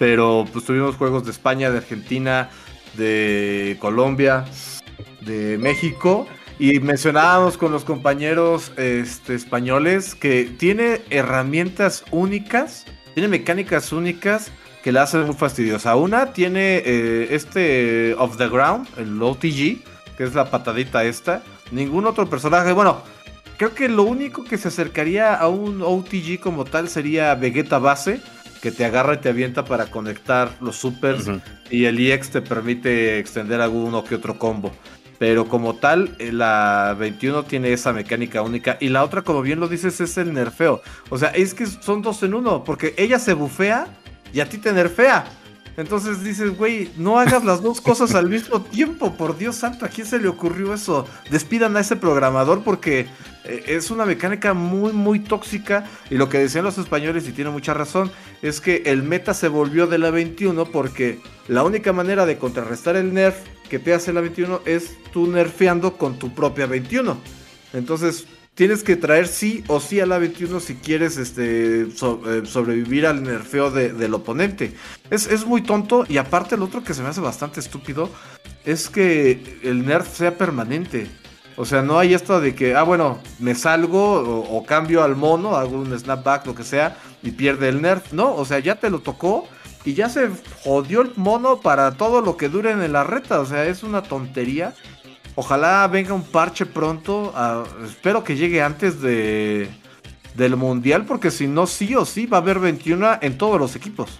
pero pues tuvimos juegos de España, de Argentina, de Colombia, de México, y mencionábamos con los compañeros este, españoles que tiene herramientas únicas, tiene mecánicas únicas que la hacen muy fastidiosa. Una tiene eh, este Off the Ground, el O T G, que es la patadita esta. Ningún otro personaje, bueno, creo que lo único que se acercaría a un O T G como tal sería Vegeta base, que te agarra y te avienta para conectar los supers, uh-huh. Y el E X te permite extender alguno que otro combo. Pero como tal, la veintiuno tiene esa mecánica única. Y la otra, como bien lo dices, es el nerfeo. O sea, es que son dos en uno, porque ella se bufea y a ti te nerfea. Entonces dices, güey, no hagas las dos cosas al mismo tiempo, por Dios santo, ¿a quién se le ocurrió eso? Despidan a ese programador porque eh, es una mecánica muy, muy tóxica. Y lo que decían los españoles, y tiene mucha razón, es que el meta se volvió de la veintiuno porque la única manera de contrarrestar el nerf que te hace la veintiuno es tú nerfeando con tu propia veintiuno. Entonces tienes que traer sí o sí a la veintiuno si quieres este, so, eh, sobrevivir al nerfeo de, del oponente. Es, es muy tonto, y aparte el otro que se me hace bastante estúpido es que el nerf sea permanente. O sea, no hay esto de que, ah bueno, me salgo o, o cambio al mono, hago un snapback, lo que sea, y pierde el nerf. No, o sea, ya te lo tocó y ya se jodió el mono para todo lo que dure en la reta. O sea, es una tontería. Ojalá venga un parche pronto. Uh, espero que llegue antes de del mundial, porque si no, sí o sí va a haber veintiuno en todos los equipos.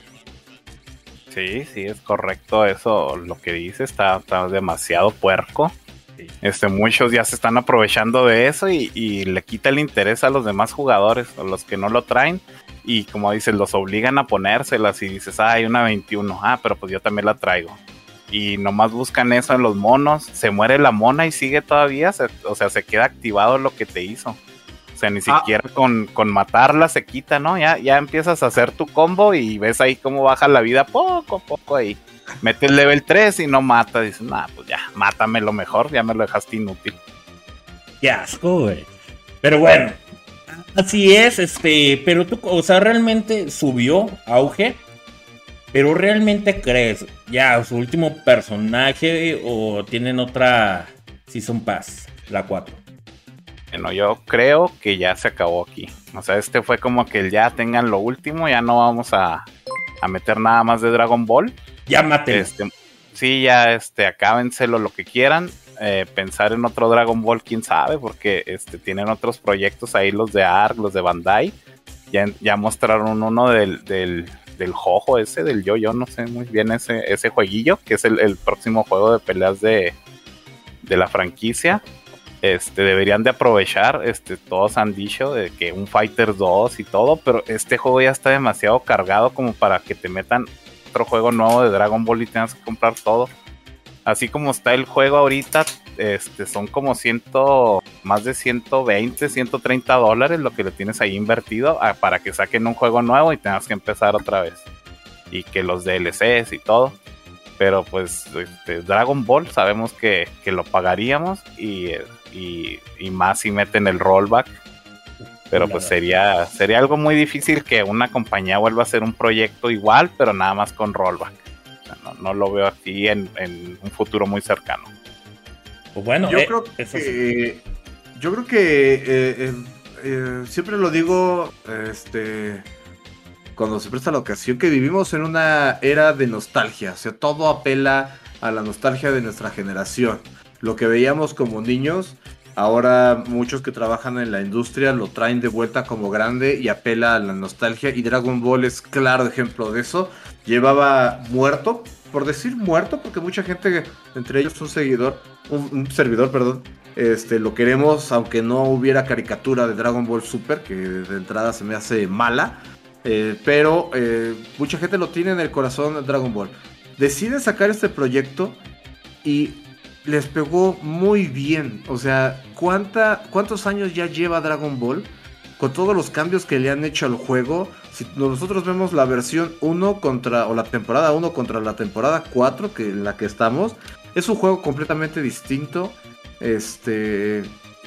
Sí, sí, es correcto eso. Lo que dice está, está demasiado puerco. Sí. Este, muchos ya se están aprovechando de eso y, y le quita el interés a los demás jugadores, a los que no lo traen. Y como dices, los obligan a ponérselas y dices, ah, hay una veintiuno. Ah, pero pues yo también la traigo. Y nomás buscan eso en los monos, se muere la mona y sigue todavía, se, o sea, se queda activado lo que te hizo. O sea, ni ah. siquiera con, con matarla se quita, ¿no? Ya, ya empiezas a hacer tu combo y ves ahí cómo baja la vida poco a poco ahí. Metes level tres y no mata, dices, nah, pues ya, mátamelo mejor, ya me lo dejaste inútil. Qué asco, güey. Pero bueno, así es, este, pero tú, o sea, realmente subió auge. Pero ¿realmente crees ya su último personaje o tienen otra Season Pass, la cuatro? Bueno, yo creo que ya se acabó aquí. O sea, este fue como que ya tengan lo último, ya no vamos a, a meter nada más de Dragon Ball. Ya maten. Este, sí, ya este, acábenselo lo que quieran. Eh, pensar en otro Dragon Ball, quién sabe, porque este, tienen otros proyectos ahí, los de A R C, los de Bandai. Ya, ya mostraron uno del... del del Jojo ese, del yo-yo, no sé muy bien ese, ese jueguillo, que es el, el próximo juego de peleas de, de la franquicia. Este, deberían de aprovechar, este, todos han dicho de que un Fighter dos y todo, pero este juego ya está demasiado cargado como para que te metan otro juego nuevo de Dragon Ball y tengas que comprar todo. Así como está el juego ahorita, este, son como ciento, más de ciento veinte, ciento treinta dólares lo que le tienes ahí invertido a, para que saquen un juego nuevo y tengas que empezar otra vez. Y que los D L Cs y todo. Pero pues este, Dragon Ball sabemos que, que lo pagaríamos y, y, y más si meten el rollback. Pero pues sería, sería algo muy difícil que una compañía vuelva a hacer un proyecto igual, pero nada más con rollback. No, no lo veo aquí en, en un futuro muy cercano. Pues bueno, yo, eh, creo que, sí. yo creo que eh, eh, eh, siempre lo digo este, cuando se presta la ocasión, que vivimos en una era de nostalgia. O sea, todo apela a la nostalgia de nuestra generación. Lo que veíamos como niños, ahora muchos que trabajan en la industria lo traen de vuelta como grande y apela a la nostalgia. Y Dragon Ball es claro ejemplo de eso. Llevaba muerto, por decir muerto, porque mucha gente, entre ellos un seguidor, un, un servidor, perdón, este, lo queremos, aunque no hubiera caricatura de Dragon Ball Super, que de entrada se me hace mala, eh, pero eh, mucha gente lo tiene en el corazón de Dragon Ball. Deciden sacar este proyecto y les pegó muy bien. O sea, ¿cuánta, ¿cuántos años ya lleva Dragon Ball? Con todos los cambios que le han hecho al juego. Si nosotros vemos la versión uno contra, o la temporada uno contra la temporada cuatro, que en la que estamos, es un juego completamente distinto. Este,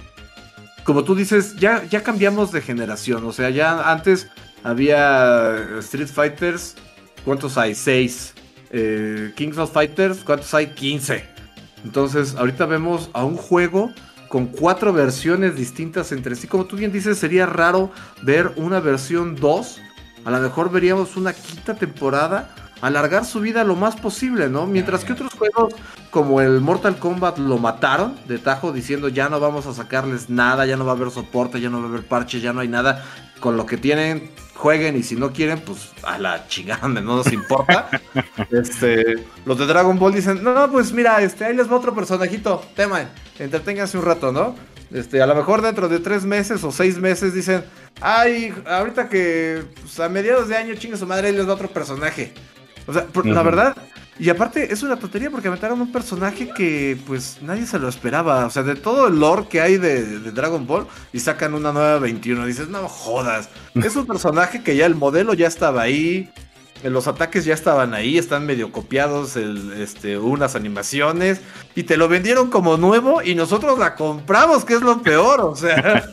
como tú dices, ya, ya cambiamos de generación. O sea, ya antes había Street Fighters ¿cuántos hay? seis. Eh, Kings of Fighters, ¿cuántos hay? quince. Entonces, ahorita vemos a un juego con cuatro versiones distintas entre sí. Como tú bien dices, sería raro ver una versión dos. A lo mejor veríamos una quinta temporada. Alargar su vida lo más posible, ¿no? Mientras que otros juegos como el Mortal Kombat lo mataron de tajo diciendo ya no vamos a sacarles nada, ya no va a haber soporte, ya no va a haber parches, ya no hay nada. Con lo que tienen, jueguen, y si no quieren, pues a la chingada, no nos importa. este, los de Dragon Ball dicen, no, no, pues mira, este, ahí les va otro personajito, tema, entreténganse un rato, ¿no? Este, a lo mejor dentro de tres meses o seis meses dicen, ay, ahorita que pues, a mediados de año, chingue su madre, ahí les va otro personaje. O sea, por, uh-huh. la verdad, y aparte es una tontería porque aventaron un personaje que pues nadie se lo esperaba. O sea, de todo el lore que hay de, de Dragon Ball, y sacan una nueva veintiuno. Dices, no jodas. Es un personaje que ya el modelo ya estaba ahí, los ataques ya estaban ahí, están medio copiados, el, este, unas animaciones, y te lo vendieron como nuevo y nosotros la compramos, que es lo peor, o sea...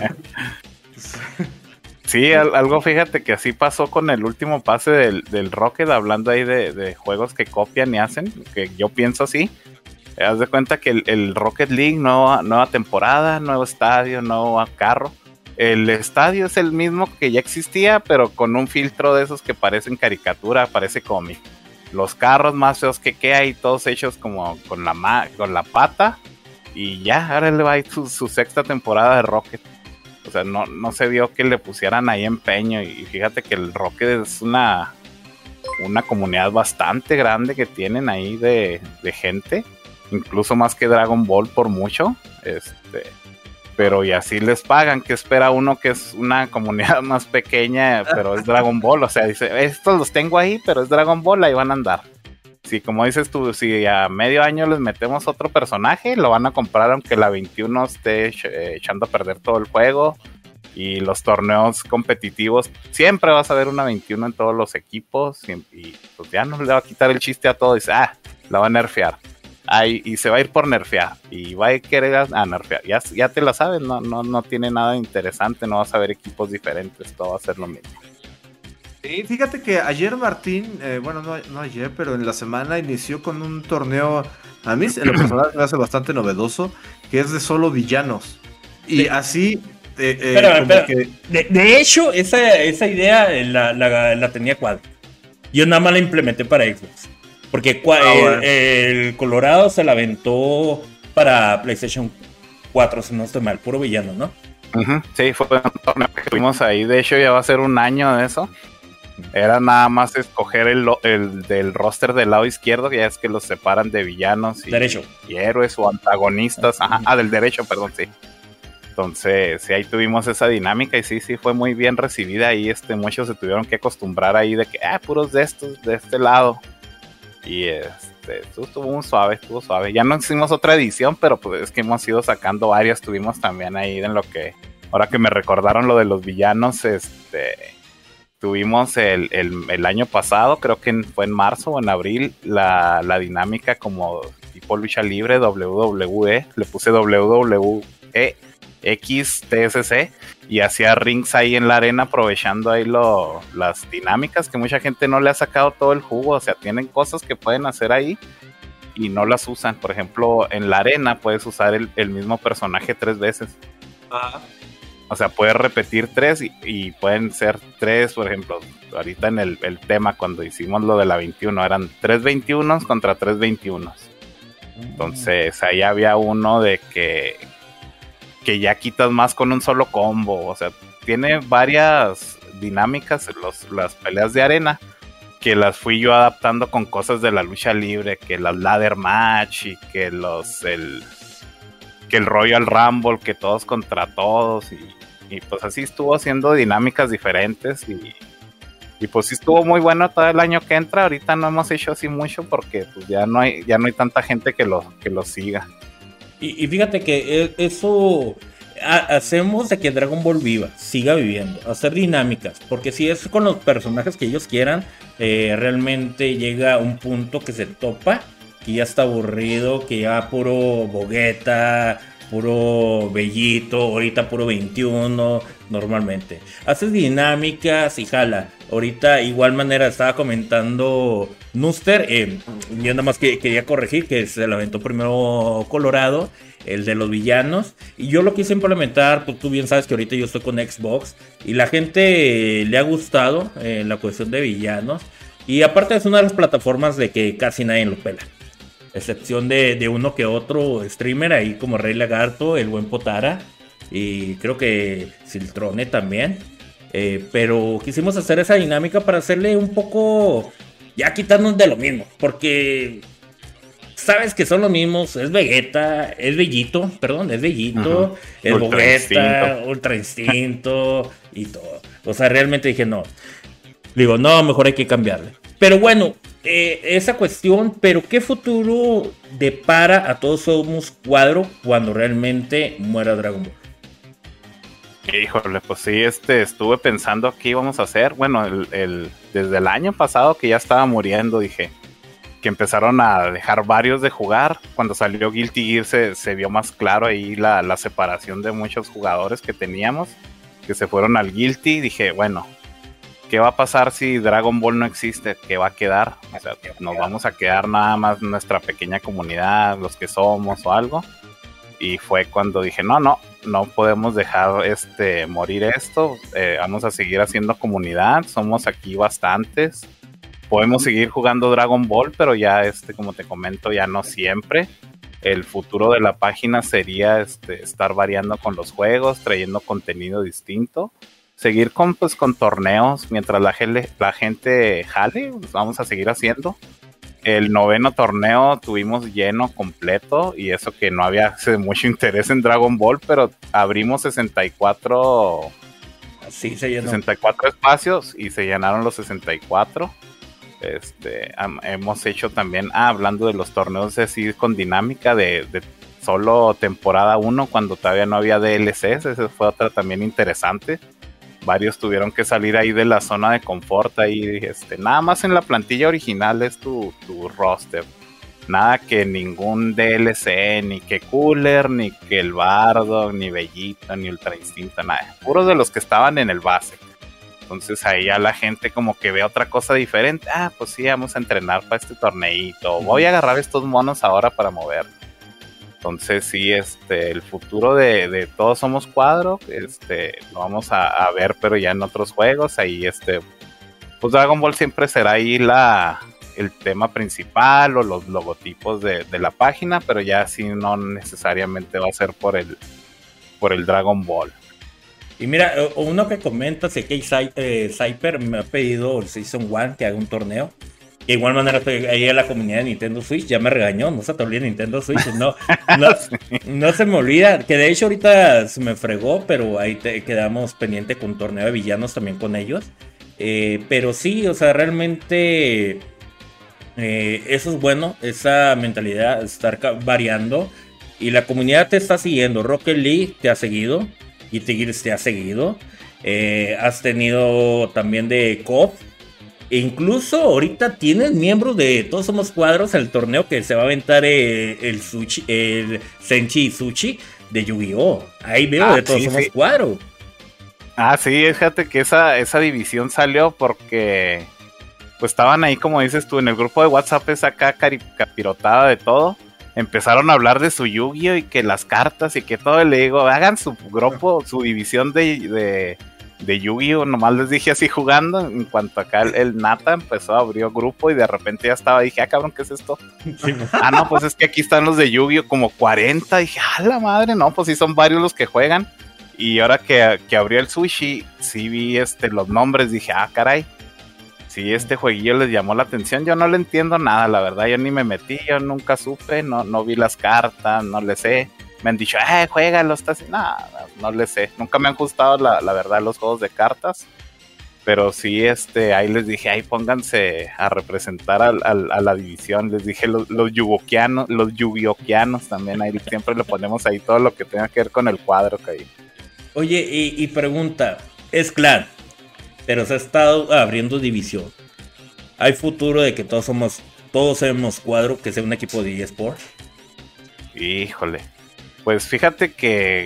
Sí, algo fíjate que así pasó con el último pase del, del Rocket, hablando ahí de, de juegos que copian y hacen, que yo pienso así. Haz de cuenta que el, el Rocket League, nueva, nueva temporada, nuevo estadio, nuevo carro. El estadio es el mismo que ya existía, pero con un filtro de esos que parecen caricatura, parece cómic. Los carros más feos que queda y todos hechos como con la, ma- con la pata. Y ya, ahora le va a ir su, su sexta temporada de Rocket. O sea, no, no se vio que le pusieran ahí empeño. Y fíjate que el Rocket es una, una comunidad bastante grande que tienen ahí de, de gente. Incluso más que Dragon Ball por mucho. Este, pero y así les pagan. ¿Qué espera uno que es una comunidad más pequeña, pero es Dragon Ball? O sea, dice, estos los tengo ahí, pero es Dragon Ball, ahí van a andar. Si, como dices tú, si a medio año les metemos otro personaje, lo van a comprar aunque la veintiuno esté echando a perder todo el juego. Y los torneos competitivos, siempre vas a ver una veintiuno en todos los equipos. Y, y pues ya no le va a quitar el chiste a todo. Dice, ah, la va a nerfear. Ah, y, y se va a ir por nerfear. Y va a querer a nerfear. Ya, ya te la sabes, no, no, no tiene nada interesante. No vas a ver equipos diferentes. Todo va a ser lo mismo. Sí, fíjate que ayer Martín, eh, bueno, no, no ayer, pero en la semana inició con un torneo, a mí en lo personal me hace bastante novedoso, que es de solo villanos. Y sí. así... Eh, eh, pero, como pero, que... de, de hecho, esa, esa idea la, la, la tenía Quad. Yo nada más la implementé para Xbox. Porque Quad, ah, bueno. el, el Colorado se la aventó para PlayStation cuatro, si no estoy mal, puro villano, ¿no? Uh-huh. Sí, fue un torneo que tuvimos ahí. De hecho, ya va a ser un año de eso. Era nada más escoger el, el del roster del lado izquierdo, que ya es que los separan de villanos y, derecho. y héroes o antagonistas. Ajá, ah, del derecho, perdón, sí. Entonces, sí, ahí tuvimos esa dinámica y sí, sí, fue muy bien recibida ahí. Este, muchos se tuvieron que acostumbrar ahí de que, ah, puros de estos, de este lado. Y este, estuvo muy suave, estuvo suave. Ya no hicimos otra edición, pero pues es que hemos ido sacando varias. Tuvimos también ahí en lo que, ahora que me recordaron lo de los villanos, este... Tuvimos el, el, el año pasado, creo que fue en marzo o en abril, la, la dinámica como tipo lucha libre, W W E, le puse W W E X T S C y hacía rings ahí en la arena aprovechando ahí lo, las dinámicas que mucha gente no le ha sacado todo el jugo. O sea, tienen cosas que pueden hacer ahí y no las usan. Por ejemplo, en la arena puedes usar el, el mismo personaje tres veces. Ajá. O sea, puedes repetir tres y, y pueden ser tres, por ejemplo, ahorita en el, el tema cuando hicimos lo de la veintiuno, eran tres veintiunos contra tres veintiunos. Entonces, ahí había uno de que, que ya quitas más con un solo combo. O sea, tiene varias dinámicas, los, las peleas de arena, que las fui yo adaptando con cosas de la lucha libre, que las ladder match y que los... el que el Royal Rumble, que todos contra todos, y, y pues así estuvo haciendo dinámicas diferentes, y, y pues sí estuvo muy bueno todo el año que entra. Ahorita no hemos hecho así mucho porque pues ya no hay, ya no hay tanta gente que lo, que lo siga. Y, y fíjate que eso ha, hacemos de que Dragon Ball viva, siga viviendo, hacer dinámicas, porque si es con los personajes que ellos quieran, eh, realmente llega un punto que se topa, que ya está aburrido, que ya puro Vegeta, puro Bellito, ahorita puro veintiuno, normalmente. Haces dinámicas y jala. Ahorita, igual manera, estaba comentando Nuster. Eh, yo nada más que quería corregir que se lo aventó primero Colorado, el de los villanos. Y yo lo quise implementar, pues tú bien sabes que ahorita yo estoy con Xbox. Y la gente eh, le ha gustado eh, la cuestión de villanos. Y aparte es una de las plataformas de que casi nadie lo pela. Excepción de, de uno que otro streamer ahí como Rey Lagarto, el buen Potara. Y creo que Siltrone también. Eh, pero quisimos hacer esa dinámica para hacerle un poco, ya quitarnos de lo mismo, porque sabes que son los mismos. Es Vegeta, es Bellito, perdón, es Bellito, uh-huh. Es Ultra Vegeta, Instinto. Ultra Instinto y todo. O sea, realmente dije no, digo no, mejor hay que cambiarle. Pero bueno, eh, esa cuestión, pero ¿qué futuro depara a Todos Somos Cuadro cuando realmente muera Dragon Ball? Híjole, pues sí, este, estuve pensando qué íbamos a hacer. Bueno, el, el, desde el año pasado que ya estaba muriendo, dije que empezaron a dejar varios de jugar. Cuando salió Guilty Gear se, se vio más claro ahí la, la separación de muchos jugadores que teníamos, que se fueron al Guilty. Dije, bueno, ¿qué va a pasar si Dragon Ball no existe? ¿Qué va a quedar? O sea, nos vamos a quedar nada más nuestra pequeña comunidad, los que somos o algo. Y fue cuando dije, no, no, no podemos dejar este morir esto. Eh, vamos a seguir haciendo comunidad. Somos aquí bastantes. Podemos seguir jugando Dragon Ball, pero ya, este, como te comento, ya no siempre. El futuro de la página sería este, estar variando con los juegos, trayendo contenido distinto. Seguir con, pues, con torneos mientras la, la gente jale, pues vamos a seguir haciendo. El noveno torneo tuvimos lleno completo y eso que no había mucho interés en Dragon Ball, pero abrimos sesenta y cuatro, sí, se llenó. sesenta y cuatro espacios y se llenaron los sesenta y cuatro. Este, hemos hecho también, ah, hablando de los torneos así con dinámica de, de solo temporada uno cuando todavía no había D L Cs, esa fue otra también interesante. Varios tuvieron que salir ahí de la zona de confort, ahí este, nada más en la plantilla original es tu, tu roster, nada que ningún D L C, ni que Cooler, ni que el Bardo, ni Bellito, ni Ultra Instinto, nada, puros de los que estaban en el base. Entonces ahí ya la gente como que ve otra cosa diferente, ah, pues sí, vamos a entrenar para este torneito, voy a agarrar estos monos ahora para mover. Entonces sí, este, el futuro de, de Todos Somos Cuadro, este, lo vamos a, a ver, pero ya en otros juegos. Ahí, este, pues Dragon Ball siempre será ahí la, el tema principal o los logotipos de, de la página, pero ya sí no necesariamente va a ser por el, por el Dragon Ball. Y mira, uno que comenta, sé que eh, Cyper me ha pedido el Season uno que haga un torneo. De igual manera estoy ahí en la comunidad de Nintendo Switch, ya me regañó, no se te olvide Nintendo Switch, no, no, sí. No se me olvida, que de hecho ahorita se me fregó, pero ahí te quedamos pendiente con torneo de villanos también con ellos, eh, pero sí, o sea, realmente eh, eso es bueno, esa mentalidad, estar variando, y la comunidad te está siguiendo. Rocket League te ha seguido, y Tigres te ha seguido, eh, has tenido también de C O F. E incluso ahorita tienes miembros de Todos Somos Cuadros, el torneo que se va a aventar el, el, Sushi, el Senshi y Sushi de Yu-Gi-Oh! Ahí veo ah, de Todos sí, Somos sí. Cuadros. Ah, sí, fíjate que esa, esa división salió porque pues estaban ahí, como dices tú, en el grupo de WhatsApp es acá capirotada de todo. Empezaron a hablar de su Yu-Gi-Oh! Y que las cartas y que todo, y le digo, hagan su grupo, su división de... de de Yu-Gi-Oh, nomás les dije así jugando, en cuanto acá el, el Nata empezó a abrir grupo y de repente ya estaba, dije, ah cabrón, ¿qué es esto? Sí. Ah no, pues es que aquí están los de Yu-Gi-Oh como cuarenta, dije, ah la madre, no, pues sí son varios los que juegan, y ahora que, que abrió el Sushi, sí vi este, los nombres, dije, ah caray, sí este jueguillo les llamó la atención, yo no le entiendo nada, la verdad, yo ni me metí, yo nunca supe, no, no vi las cartas, no le sé. Me han dicho, eh, juégalo, está así. Nada, no, no le sé. Nunca me han gustado, la, la verdad, los juegos de cartas. Pero sí, este, ahí les dije, ahí pónganse a representar al, al, a la división. Les dije, los, los yugoquianos, los yugioquianos también, ahí siempre le ponemos ahí todo lo que tenga que ver con el cuadro que hay. Oye, y, y pregunta, es clan, pero se ha estado abriendo división. ¿Hay futuro de que todos somos, todos somos Cuadro, que sea un equipo de eSports? Híjole. Pues fíjate que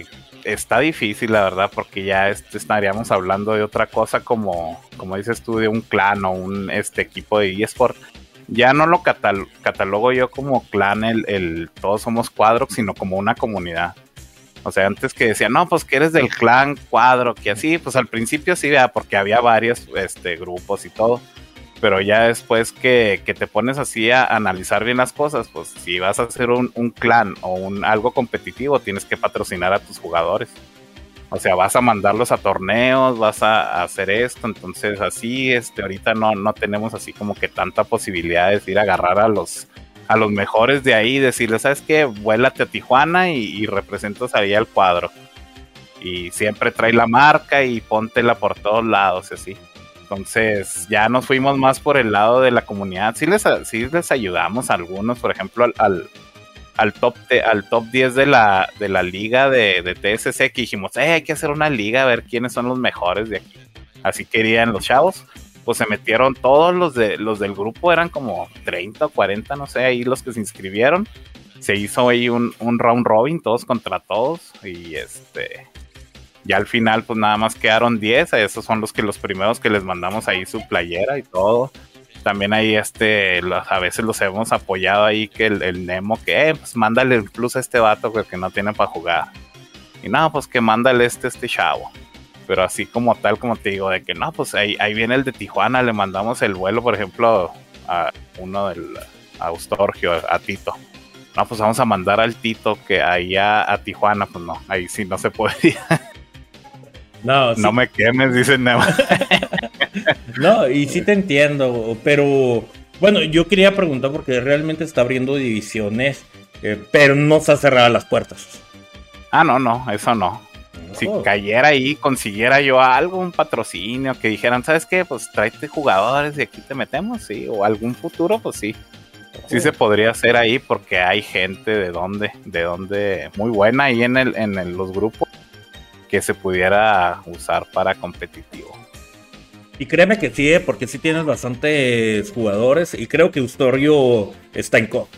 está difícil, la verdad, porque ya este, estaríamos hablando de otra cosa como, como dices tú, de un clan o un este equipo de eSport. Ya no lo catal- catalogo yo como clan, el, el todos somos Quadrox, sino como una comunidad. O sea, antes que decían, no, pues que eres del clan Quadrox, que así, pues al principio sí, ¿verdad? Porque había varios este, grupos y todo. Pero ya después que, que te pones así a analizar bien las cosas, pues si vas a hacer un, un clan o un algo competitivo, tienes que patrocinar a tus jugadores. O sea, vas a mandarlos a torneos, vas a, a hacer esto, entonces así, este, ahorita no, no tenemos así como que tanta posibilidad de ir a agarrar a los, a los mejores de ahí y decirles, ¿sabes qué? Vuélate a Tijuana y, y representas ahí al cuadro. Y siempre trae la marca y póntela por todos lados, así. Entonces ya nos fuimos más por el lado de la comunidad. Sí les, sí les ayudamos a algunos, por ejemplo, al... al Al top, te, al top diez de la, de la liga de, de T S C, que dijimos, eh, hay que hacer una liga, a ver quiénes son los mejores de aquí. Así querían los chavos, pues se metieron todos los, de, los del grupo, eran como treinta o cuarenta, no sé, ahí los que se inscribieron. Se hizo ahí un, un round robin, todos contra todos, y este... ya al final, pues nada más quedaron diez, esos son los que los primeros que les mandamos ahí su playera y todo. También ahí este, a veces los hemos apoyado ahí que el, el Nemo, que eh, pues mándale el plus a este vato que no tiene para jugar. Y no, pues que mándale este, este chavo. Pero así como tal, como te digo, de que no, pues ahí, ahí viene el de Tijuana, le mandamos el vuelo, por ejemplo, a uno del a Eustorgio, a Tito. No, pues vamos a mandar al Tito que ahí a, a Tijuana, pues no, ahí sí no se podía. No, sí. No me quemes, dice Nemo. No, y sí te entiendo, pero bueno, yo quería preguntar porque realmente está abriendo divisiones, eh, pero no se ha cerrado las puertas. Ah, no, no, eso no. No. Si cayera ahí, consiguiera yo algo, un patrocinio, que dijeran, ¿sabes qué? Pues tráete jugadores y aquí te metemos, sí, o algún futuro, pues sí. Sí se podría hacer ahí porque hay gente de donde, de donde muy buena ahí en el, en el, los grupos que se pudiera usar para competitivo. Y créeme que sí, porque sí tienes bastantes jugadores y creo que Eustorgio está en C O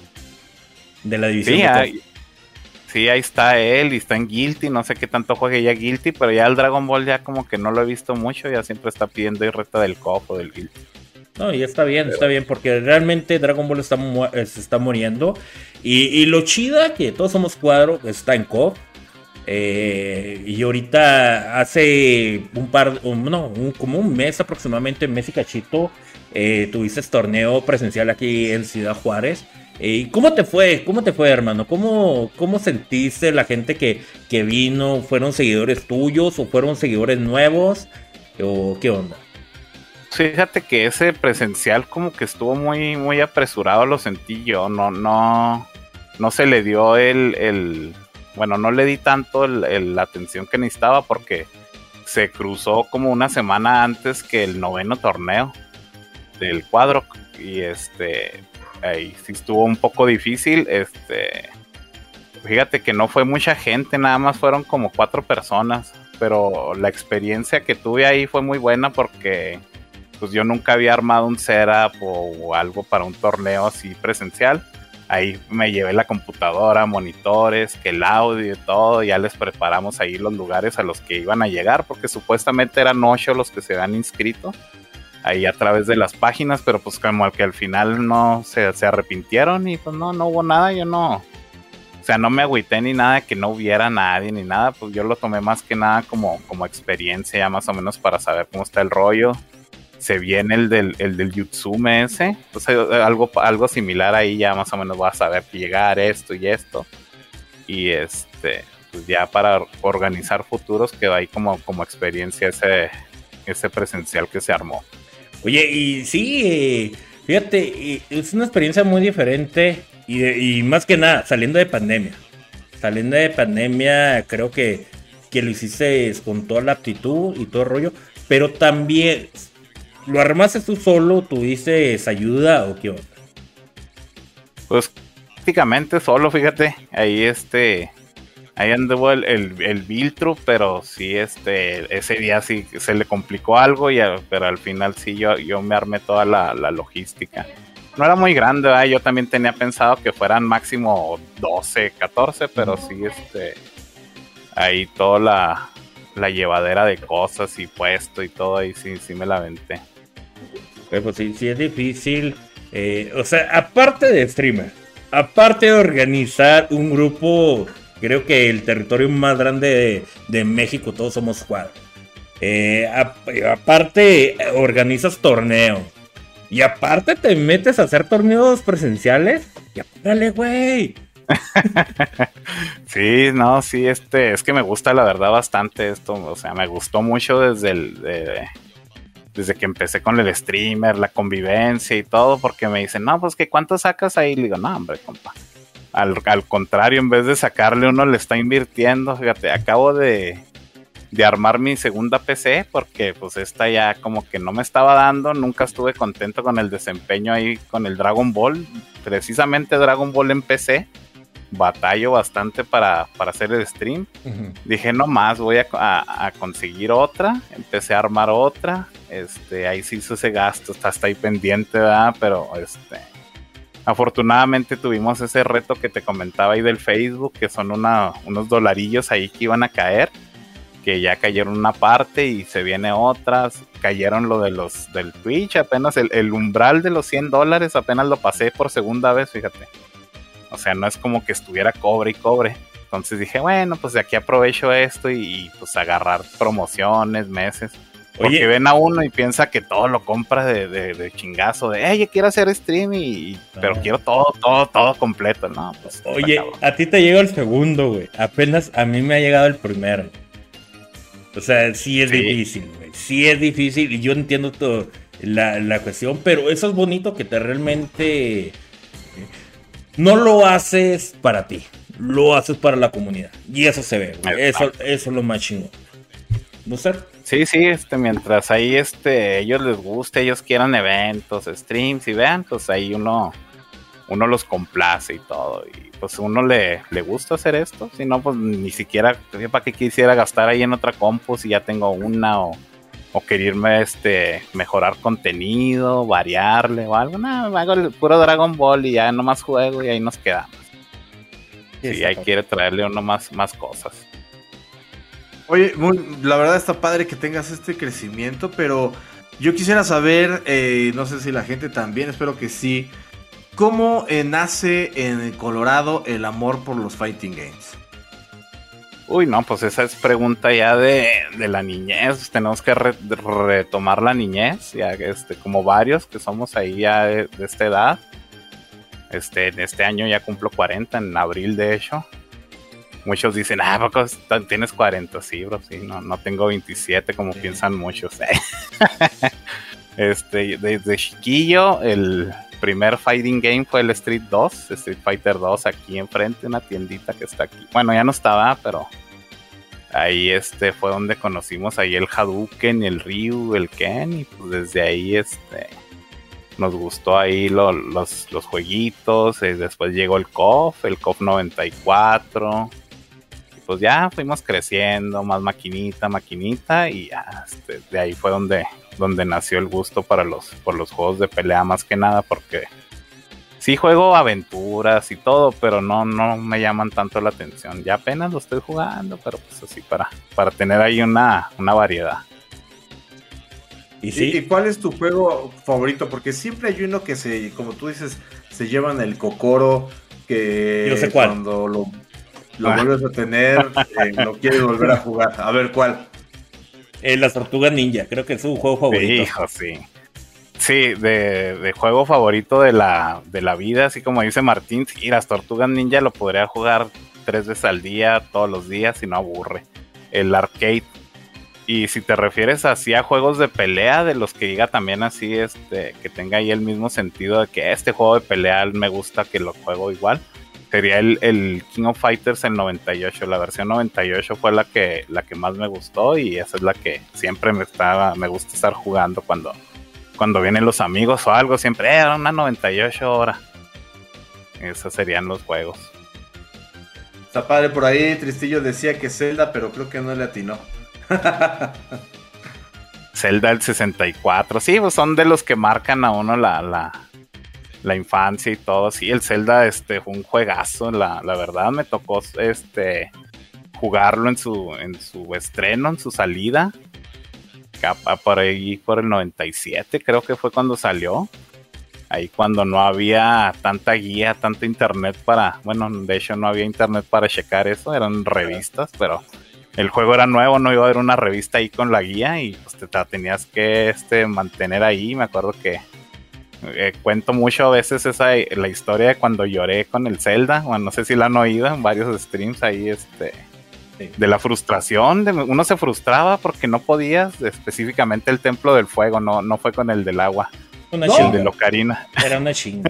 F de la división. Sí, de hay, sí, ahí está él y está en Guilty, no sé qué tanto juegue ya Guilty, pero ya el Dragon Ball ya como que no lo he visto mucho, ya siempre está pidiendo y reta del C O F o del Guilty. No, y está bien, está bien, porque realmente Dragon Ball está mu- se está muriendo. Y, y lo chida que todos somos cuadro, está en C O F. Eh, y ahorita hace un par, un, no, un, como un mes aproximadamente, un mes y cachito, eh, tuviste torneo presencial aquí en Ciudad Juárez. Eh, ¿Cómo te fue? ¿Cómo te fue, hermano? ¿Cómo, cómo sentiste la gente que, que vino? ¿Fueron seguidores tuyos o fueron seguidores nuevos? ¿O qué onda? Fíjate que ese presencial como que estuvo muy, muy apresurado, lo sentí yo, no, no, no se le dio el, el bueno, no le di tanto el, el, la atención que necesitaba porque se cruzó como una semana antes que el noveno torneo del cuadro y este, ahí sí estuvo un poco difícil, este, fíjate que no fue mucha gente, nada más fueron como cuatro personas, pero la experiencia que tuve ahí fue muy buena porque pues yo nunca había armado un setup o, o algo para un torneo así presencial. Ahí me llevé la computadora, monitores, que el audio y todo, ya les preparamos ahí los lugares a los que iban a llegar, porque supuestamente eran ocho los que se habían inscrito ahí a través de las páginas, pero pues como que al final no se, se arrepintieron y pues no, no hubo nada, yo no, o sea, no me agüité ni nada que no hubiera nadie ni nada, pues yo lo tomé más que nada como, como experiencia ya más o menos para saber cómo está el rollo. Se viene el del, el del Yutsume ese, entonces algo, algo similar ahí ya más o menos vas a saber que llegar esto y esto y este pues ya para organizar futuros quedó ahí como, como experiencia ese, ese presencial que se armó. Oye, y sí, fíjate, es una experiencia muy diferente y, y más que nada saliendo de pandemia, saliendo de pandemia creo que, que lo hiciste con toda la aptitud y todo el rollo, pero también ¿lo armaste tú solo? ¿Tuviste ayuda o qué onda? Pues prácticamente solo, fíjate, ahí este, ahí anduvo el, el, el Viltru, pero sí este, ese día sí se le complicó algo, y, pero al final sí yo, yo me armé toda la, la logística. No era muy grande, ¿verdad? Yo también tenía pensado que fueran máximo doce, catorce, pero sí este, ahí toda la, la llevadera de cosas y puesto y todo, ahí sí, sí me la aventé. Pues, pues sí, sí es difícil. Eh, o sea, aparte de streamer, aparte de organizar un grupo, creo que el territorio más grande de, de México, todos somos cuadros. Eh, a, aparte, organizas torneos. Y aparte te metes a hacer torneos presenciales. Y apárale, güey. Sí, no, sí, este, es que me gusta la verdad bastante esto. O sea, me gustó mucho desde el... De, desde que empecé con el streamer, la convivencia y todo, porque me dicen, no, pues que cuánto sacas ahí. Le digo, no, hombre, compa. Al, al contrario, en vez de sacarle, uno le está invirtiendo. Fíjate, acabo de, de armar mi segunda P C, porque pues esta ya como que no me estaba dando. Nunca estuve contento con el desempeño ahí con el Dragon Ball. Precisamente Dragon Ball en P C. Batallo bastante para, para hacer el stream. Uh-huh. Dije, no más, voy a, a, a conseguir otra. Empecé a armar otra. Este, ahí se hizo ese gasto, está, está ahí pendiente, ¿verdad? Pero este, afortunadamente tuvimos ese reto que te comentaba ahí del Facebook, que son una, unos dolarillos ahí que iban a caer, que ya cayeron una parte y se viene otras. Cayeron lo de los del Twitch, apenas el, el umbral de los cien dólares, apenas lo pasé por segunda vez, fíjate. O sea, no es como que estuviera cobre y cobre. Entonces dije, bueno, pues de aquí aprovecho esto y, y pues agarrar promociones, meses. Porque Oye, ven a uno y piensa que todo lo compra de, de, de chingazo, de, hey, yo quiero hacer stream, y, y pero ah. quiero todo, todo, todo completo, ¿no? Pues, Oye, a ti te llegó el segundo, güey. Apenas a mí me ha llegado el primero. O sea, sí es sí. difícil, güey. Sí es difícil y yo entiendo todo la, la cuestión, pero eso es bonito que te realmente... No lo haces para ti, lo haces para la comunidad. Y eso se ve, güey. Eso, eso es lo más chingón. ¿No sé? Sí, sí, este, mientras ahí este, ellos les guste, ellos quieran eventos, streams y vean, pues ahí uno, uno los complace y todo. Y pues uno le, le gusta hacer esto. Si no, pues ni siquiera, ¿para qué quisiera gastar ahí en otra compu si ya tengo una o... o quererme este, mejorar contenido, variarle o algo? No, hago el puro Dragon Ball y ya nomás juego y ahí nos quedamos. Si sí, ahí quiere traerle uno más, más cosas. Oye, muy, la verdad está padre que tengas este crecimiento, pero yo quisiera saber, eh, no sé si la gente también, espero que sí, ¿cómo eh, nace en Colorado el amor por los fighting games? Uy, no, pues esa es pregunta ya de, de la niñez. Tenemos que re, retomar la niñez, ya este, como varios que somos ahí ya de, de esta edad. Este, en este año ya cumplo cuarenta, en abril de hecho. Muchos dicen, ah, ¿poco tienes cuarenta? Sí, bro, sí, no, no tengo veintisiete como sí. piensan muchos. este, desde chiquillo, el primer fighting game fue el Street dos, Street Fighter dos, aquí enfrente, una tiendita que está aquí. Bueno, ya no estaba, pero ahí este fue donde conocimos ahí el Hadouken, el Ryu, el Ken, y pues desde ahí este nos gustó ahí lo, los, los jueguitos. Y después llegó el C O F, el C O F noventa y cuatro, y pues ya fuimos creciendo, más maquinita, maquinita, y ya este, de ahí fue donde donde nació el gusto para los, por los juegos de pelea, más que nada, porque sí juego aventuras y todo, pero no, no me llaman tanto la atención. Ya apenas lo estoy jugando, pero pues así para, para tener ahí una, una variedad. ¿Y, sí? ¿Y cuál es tu juego favorito? Porque siempre hay uno que se, como tú dices, se llevan el cocoro, que Yo sé cuál. Cuando lo, lo ah. vuelves a tener, eh, lo quieres volver a jugar. A ver, ¿cuál? Eh, las Tortugas Ninja, creo que es su juego favorito. Hijo, sí. Sí, de, de juego favorito de la, de la vida, así como dice Martín, sí, las Tortugas Ninja lo podría jugar tres veces al día, todos los días, y no aburre. El arcade. Y si te refieres así a juegos de pelea, de los que diga también así, este, que tenga ahí el mismo sentido de que este juego de pelea me gusta, que lo juego igual, sería el, el King of Fighters, el noventa y ocho. La versión noventa y ocho fue la que, la que más me gustó, y esa es la que siempre me, estaba, me gusta estar jugando cuando, cuando vienen los amigos o algo. Siempre era eh, una noventa y ocho hora. Esos serían los juegos. Está padre, por ahí Tristillo decía que Zelda, pero creo que no le atinó. Zelda el sesenta y cuatro, sí, pues son de los que marcan a uno la, la, la infancia y todo. Sí, el Zelda este, fue un juegazo, la, la verdad me tocó este jugarlo en su, en su estreno, en su salida. Capa por ahí por el noventa y siete, creo que fue cuando salió. Ahí cuando no había tanta guía, tanto internet para... Bueno, de hecho no había internet para checar eso, eran revistas, pero el juego era nuevo, no iba a haber una revista ahí con la guía y pues te, te tenías que este, mantener ahí. Me acuerdo que eh, cuento mucho a veces esa la historia de cuando lloré con el Zelda. Bueno, no sé si la han oído en varios streams ahí, este... de la frustración, de, uno se frustraba porque no podías, específicamente el Templo del Fuego, no, no fue con el del agua. Una No, chinga. el de Locarina. Era una chinga.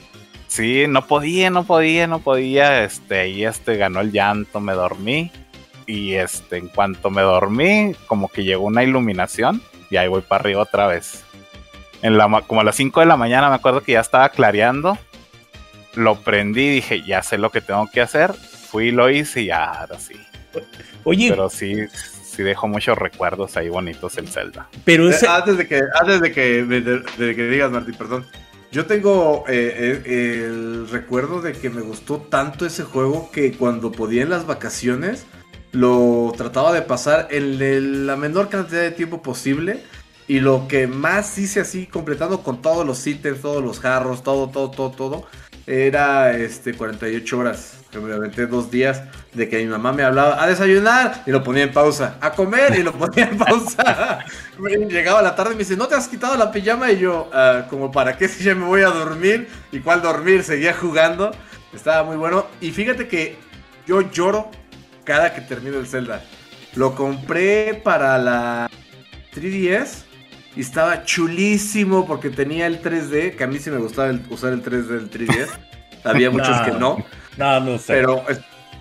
Sí, no podía, no podía, no podía. Este, ahí este ganó el llanto, me dormí. Y este, en cuanto me dormí, como que llegó una iluminación. Y ahí voy para arriba otra vez. En la, como a las cinco de la mañana me acuerdo que ya estaba clareando. Lo prendí y dije, ya sé lo que tengo que hacer. Fui y lo hice y ya, ahora sí. Oye, Pero sí, sí dejó muchos recuerdos ahí bonitos el Zelda. pero ese... Eh, Antes de que, antes de que, de, de que digas, Martín, perdón. Yo tengo eh, eh, el recuerdo de que me gustó tanto ese juego que cuando podía en las vacaciones lo trataba de pasar en el- la menor cantidad de tiempo posible. Y lo que más hice así, completando con todos los ítems, todos los jarros, todo, todo, todo, todo, era este cuarenta y ocho horas. Que me aventé dos días de que mi mamá me hablaba a desayunar y lo ponía en pausa, a comer y lo ponía en pausa. Llegaba la tarde y me dice, ¿no te has quitado la pijama? Y yo, "Ah, como para qué si ya me voy a dormir. ¿Y cuál dormir? Seguía jugando. Estaba muy bueno. Y fíjate que yo lloro cada que termino el Zelda. Lo compré para la tres D S y estaba chulísimo porque tenía el tres D, que a mí sí me gustaba el- usar el tres D del tres D S. Había muchos No. que no. No, no sé. Pero es-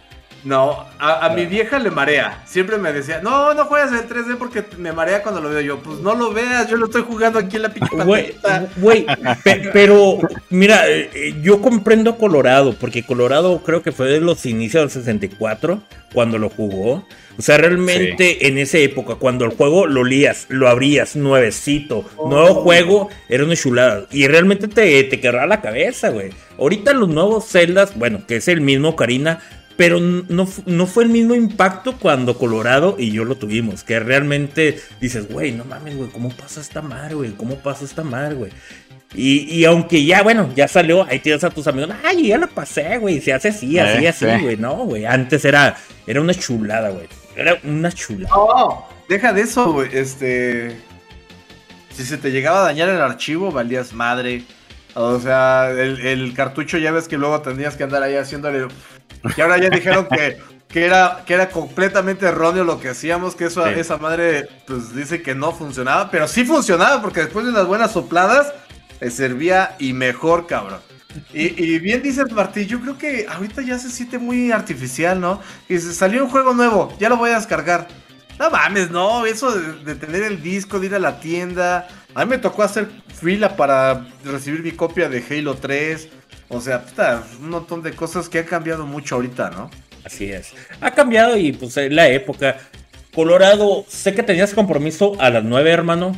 no, a, a mi No. vieja le marea. Siempre me decía, no, no juegues el tres D porque me marea cuando lo veo yo. Pues no lo veas, yo lo estoy jugando aquí en la pinche Güey, pantallita. güey, pe- pero mira, eh, eh, yo comprendo a Colorado, porque Colorado creo que fue de los inicios del sesenta y cuatro cuando lo jugó. O sea, realmente en esa época, cuando el juego lo lías, lo abrías, nuevecito, Oh. nuevo juego, era una chulada. Y realmente te, te quebraba la cabeza, güey. Ahorita los nuevos Zeldas, bueno, que es el mismo Ocarina, pero no, fu- no fue el mismo impacto cuando Colorado y yo lo tuvimos. Que realmente dices, güey, no mames, güey, ¿cómo pasa esta madre, güey? ¿Cómo pasa esta madre, güey? Y, y aunque ya, bueno, ya salió, ahí tienes a tus amigos, ay, yo ya lo pasé, güey, se hace así, así, Eh, así, sí. güey. No, güey, antes era, era una chulada, güey. Era una chulada. No, deja de eso, güey. Este. Si se te llegaba a dañar el archivo, valías madre. O sea, el, el cartucho ya ves que luego tendrías que andar ahí haciéndole. Y ahora ya dijeron que, que, era, que era completamente erróneo lo que hacíamos, que eso, Sí. esa madre, pues dice que no funcionaba, pero sí funcionaba, porque después de unas buenas sopladas, eh, servía y mejor, cabrón. Y, y bien dices, Martín, yo creo que ahorita ya se siente muy artificial, ¿no? Y se salió un juego nuevo, ya lo voy a descargar. No mames, no, eso de, de tener el disco, de ir a la tienda. A mí me tocó hacer fila para recibir mi copia de Halo tres. O sea, puta, un montón de cosas que han cambiado mucho ahorita, ¿no? Así es. Ha cambiado y pues en la época. Colorado, sé que tenías compromiso a las nueve, hermano.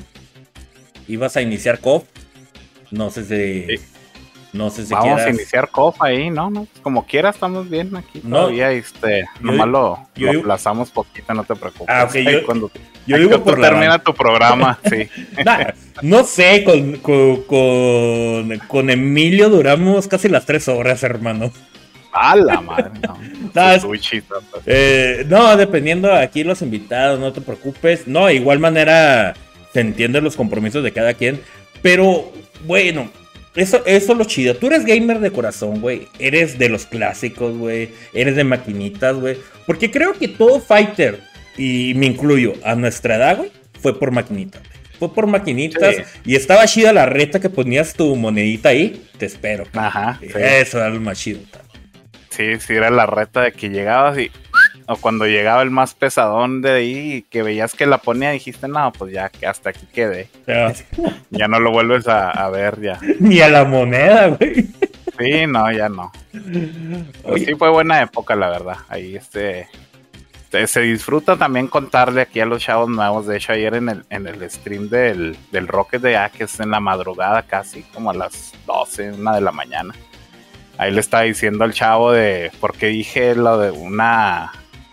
Ibas a iniciar C O F. No sé si. Sí. No sé si Vamos quieras. a iniciar C O F ahí, ¿no? no como quiera, estamos bien aquí No. todavía. Este, Yo- nomás lo, yo lo digo- aplazamos poquito, no te preocupes. Ah, ok, Ahí yo- cuando, yo ahí digo cuando por la termina banda. tu programa, sí. Nah, no sé, con, con, con, con Emilio duramos casi las tres horas, hermano. A la madre, no. No, es- Sushi, tanto. Eh, no, dependiendo aquí los invitados, no te preocupes. No, de igual manera se entienden los compromisos de cada quien. Pero, bueno, eso, eso es lo chido. Tú eres gamer de corazón, güey. Eres de los clásicos, güey. Eres de maquinitas, güey. Porque creo que todo fighter, y me incluyo, a nuestra edad, güey, fue por maquinitas. güey. Fue por maquinitas. Sí. Y estaba chida la reta que ponías tu monedita ahí. Te espero. cabrón. Ajá, sí. Eso era lo más chido. cabrón. Sí, sí, era la reta de que llegabas y... O cuando llegaba el más pesadón de ahí y que veías que la ponía, dijiste, no, pues ya, que hasta aquí quedé. Pero, Ya no lo vuelves a, a ver, ya. ni a la moneda, güey. Sí, no, ya no. Pero Oye. sí fue buena época, la verdad. Ahí este... Se, se disfruta también contarle aquí a los chavos nuevos. De hecho, ayer en el, en el stream del, del Rocket de A, que es en la madrugada casi, como a las doce, una de la mañana. Ahí le estaba diciendo al chavo de por qué dije lo de una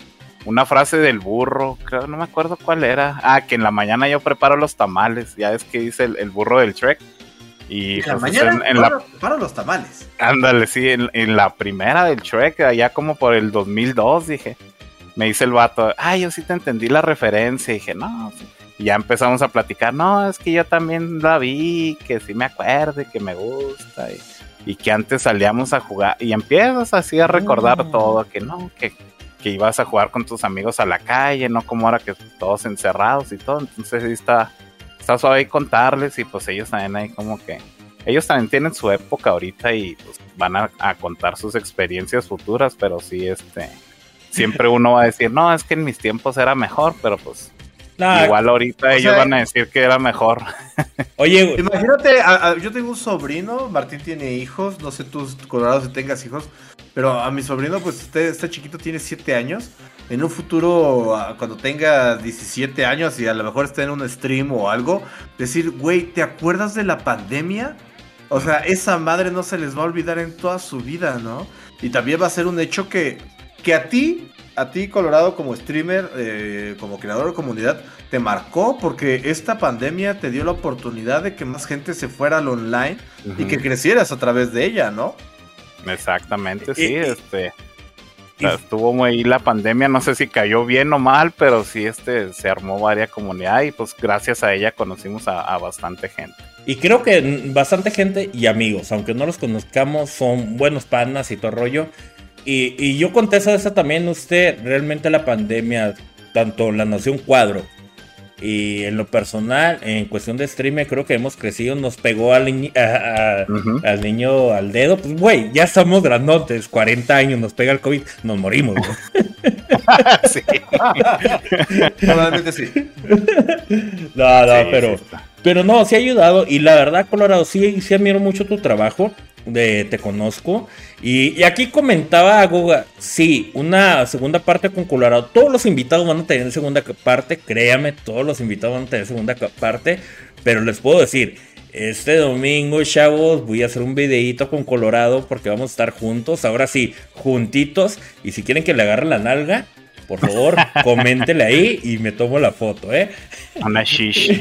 una frase del burro, creo, no me acuerdo cuál era. Ah, que en la mañana yo preparo los tamales, ya es que dice el, el burro del Shrek. Y En la pues, mañana en, en preparo, la, preparo los tamales. ándale, sí, en, en la primera del Shrek, allá como por el dos mil dos, dije, me dice el vato, ay, yo sí te entendí la referencia, y dije, no, sí. Y ya empezamos a platicar, no, es que yo también la vi, que sí me acuerdo y que me gusta, y, y que antes salíamos a jugar, y empiezas así a recordar Oh. todo, que no, que, que ibas a jugar con tus amigos a la calle, no como ahora que todos encerrados y todo, entonces sí está, está suave ahí contarles, y pues ellos también ahí como que, ellos también tienen su época ahorita y pues van a, a contar sus experiencias futuras, pero sí, este, siempre uno va a decir, no, es que en mis tiempos era mejor, pero pues Nah, igual ahorita ellos sea, van a decir que era mejor. Oye, güey, Imagínate, a- a- yo tengo un sobrino, Martín tiene hijos, no sé tú, Colorado, si tengas hijos, pero a mi sobrino, pues este, este chiquito tiene siete años. En un futuro, a- cuando tenga diecisiete años y a lo mejor esté en un stream o algo, decir, güey, ¿te acuerdas de la pandemia? O sea, esa madre no se les va a olvidar en toda su vida, ¿no? Y también va a ser un hecho que, que a ti, a ti, Colorado, como streamer, eh, como creador de comunidad, te marcó porque esta pandemia te dio la oportunidad de que más gente se fuera al online y Ujú. que crecieras a través de ella, ¿no? Exactamente, Y- sí, y- este, o y- sea, estuvo muy ahí la pandemia, no sé si cayó bien o mal, pero sí, este, se armó varias comunidades y pues gracias a ella conocimos a, a bastante gente. y creo que mm, bastante gente y amigos, aunque no los conozcamos, son buenos panas y todo el rollo. Y, y yo contesto eso también, usted, realmente la pandemia, tanto la Nación Cuadro y en lo personal, en cuestión de streaming, creo que hemos crecido, nos pegó al, ni- a- a- Ujú. al niño al dedo. Pues, güey, ya estamos grandotes, cuarenta años, nos pega el COVID, nos morimos, güey. Sí. Probablemente sí. No, no, Sí, pero, sí está. pero no, sí ha ayudado. Y la verdad, Colorado, sí, sí admiro mucho tu trabajo. De, te conozco. Y, y aquí comentaba Goga, sí, una segunda parte con Colorado. Todos los invitados van a tener segunda parte, créame, todos los invitados van a tener segunda ca- parte. Pero les puedo decir, este domingo, chavos, voy a hacer un videíto con Colorado porque vamos a estar juntos. Ahora sí, juntitos. Y si quieren que le agarre la nalga, por favor, coméntele ahí y me tomo la foto, ¿eh? Una shish.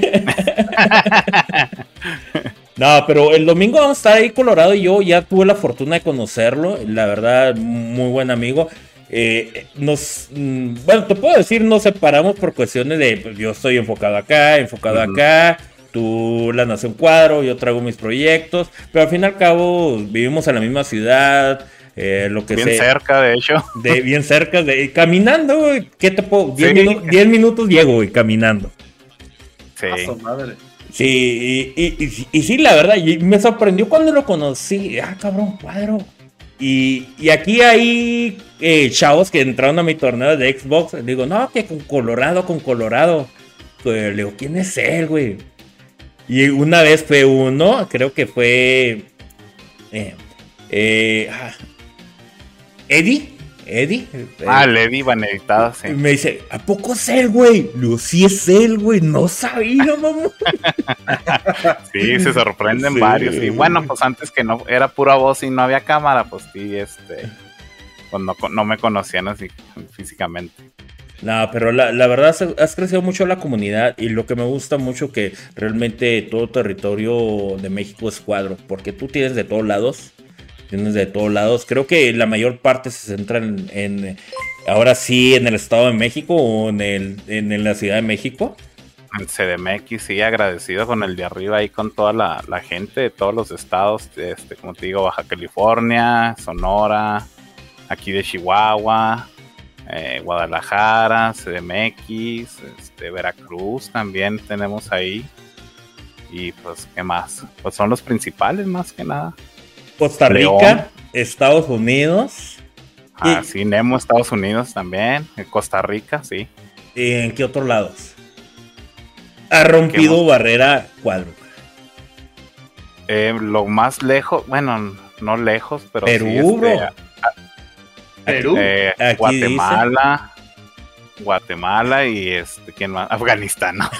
No, pero el domingo vamos a estar ahí, Colorado, y yo ya tuve la fortuna de conocerlo. La verdad, muy buen amigo. Eh, nos, mm, bueno, te puedo decir, nos separamos por cuestiones de, pues, yo estoy enfocado acá, enfocado Ujú. acá. Tú, la Nación Cuadro, yo traigo mis proyectos. Pero al fin y al cabo, vivimos en la misma ciudad. Eh, lo que Bien sé, cerca, de hecho. de bien cerca, de caminando, güey. ¿Qué te puedo? diez Sí. minu- diez minutos llego, güey, caminando. Sí. A su madre. Sí, y, y- y- y sí, la verdad, y me sorprendió cuando lo conocí. Ah, cabrón, Cuadro. Y, y aquí hay eh, chavos que entraron a mi torneo de Xbox. Le digo, no, que con Colorado, con Colorado. Pues, le digo, ¿quién es él, güey? Y una vez fue uno, creo que fue. Eh, eh, ah, Eddie. Eddie. eh, Ah, Levi van editadas, sí. y me dice, ¿a poco es él, güey? Le digo, sí es él, güey. No sabía, mamá. Sí, se sorprenden Sí. varios. Y bueno, pues antes que no era pura voz y no había cámara, pues sí, este, pues no, no me conocían así físicamente. No, pero la, la verdad se- has crecido mucho la comunidad y lo que me gusta mucho que realmente todo territorio de México es Cuadro, porque tú tienes de todos lados, tienes de todos lados. Creo que la mayor parte se centra en, en, ahora sí, en el Estado de México o en, el, en, en la Ciudad de México. En C D M X, sí, agradecido con el de arriba y con toda la, la gente de todos los estados, este, como te digo, Baja California, Sonora, aquí de Chihuahua, eh, Guadalajara, C D M X, este, Veracruz también tenemos ahí. Y pues, ¿qué más? Pues son los principales más que nada. Costa Rica, León. Estados Unidos. Ah, Y- sí, Nemo, Estados Unidos también, eh, Costa Rica, sí. ¿En qué otros lados? Ha rompido hemos- barrera Cuadro. Eh, lo más lejos, bueno, no lejos, pero Perú, sí, este, bro. Perú. Eh, Aquí Guatemala, Guatemala y este, ¿quién más? Afganistán, ¿no?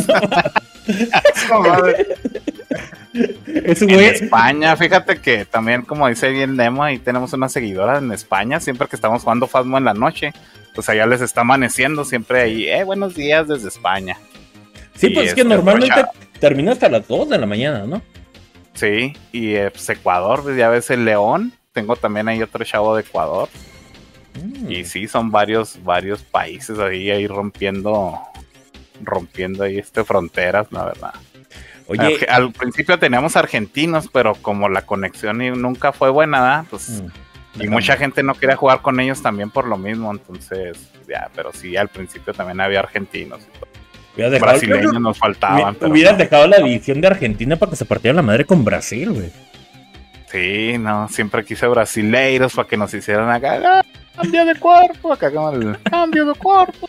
Su madre. Ese En güey. España, fíjate que también, como dice bien Nemo, ahí tenemos una seguidora en España, siempre que estamos jugando Phasmo en la noche, pues allá les está amaneciendo siempre ahí, eh, buenos días desde España. Sí, Y pues es que este, normalmente pues, ya- termina hasta las dos de la mañana, ¿no? Sí, y eh, pues Ecuador, pues, ya ves el León, tengo también ahí otro chavo de Ecuador. Mm. Y sí, son varios, varios países ahí, ahí rompiendo, rompiendo ahí este fronteras, la verdad. Oye, Al, al principio teníamos argentinos, pero como la conexión y nunca fue buena, ¿verdad? Pues, mm, y mucha gente no quería jugar con ellos también por lo mismo, entonces, ya, pero sí, al principio también había argentinos. hubieras dejado, Brasileños nos faltaban. pero hubieras no. dejado la división de Argentina para que se partiera la madre con Brasil, güey. Sí, no, siempre quise brasileiros para que nos hicieran acá, ¡ah, cambio de cuerpo! Acá como el cambio de cuerpo.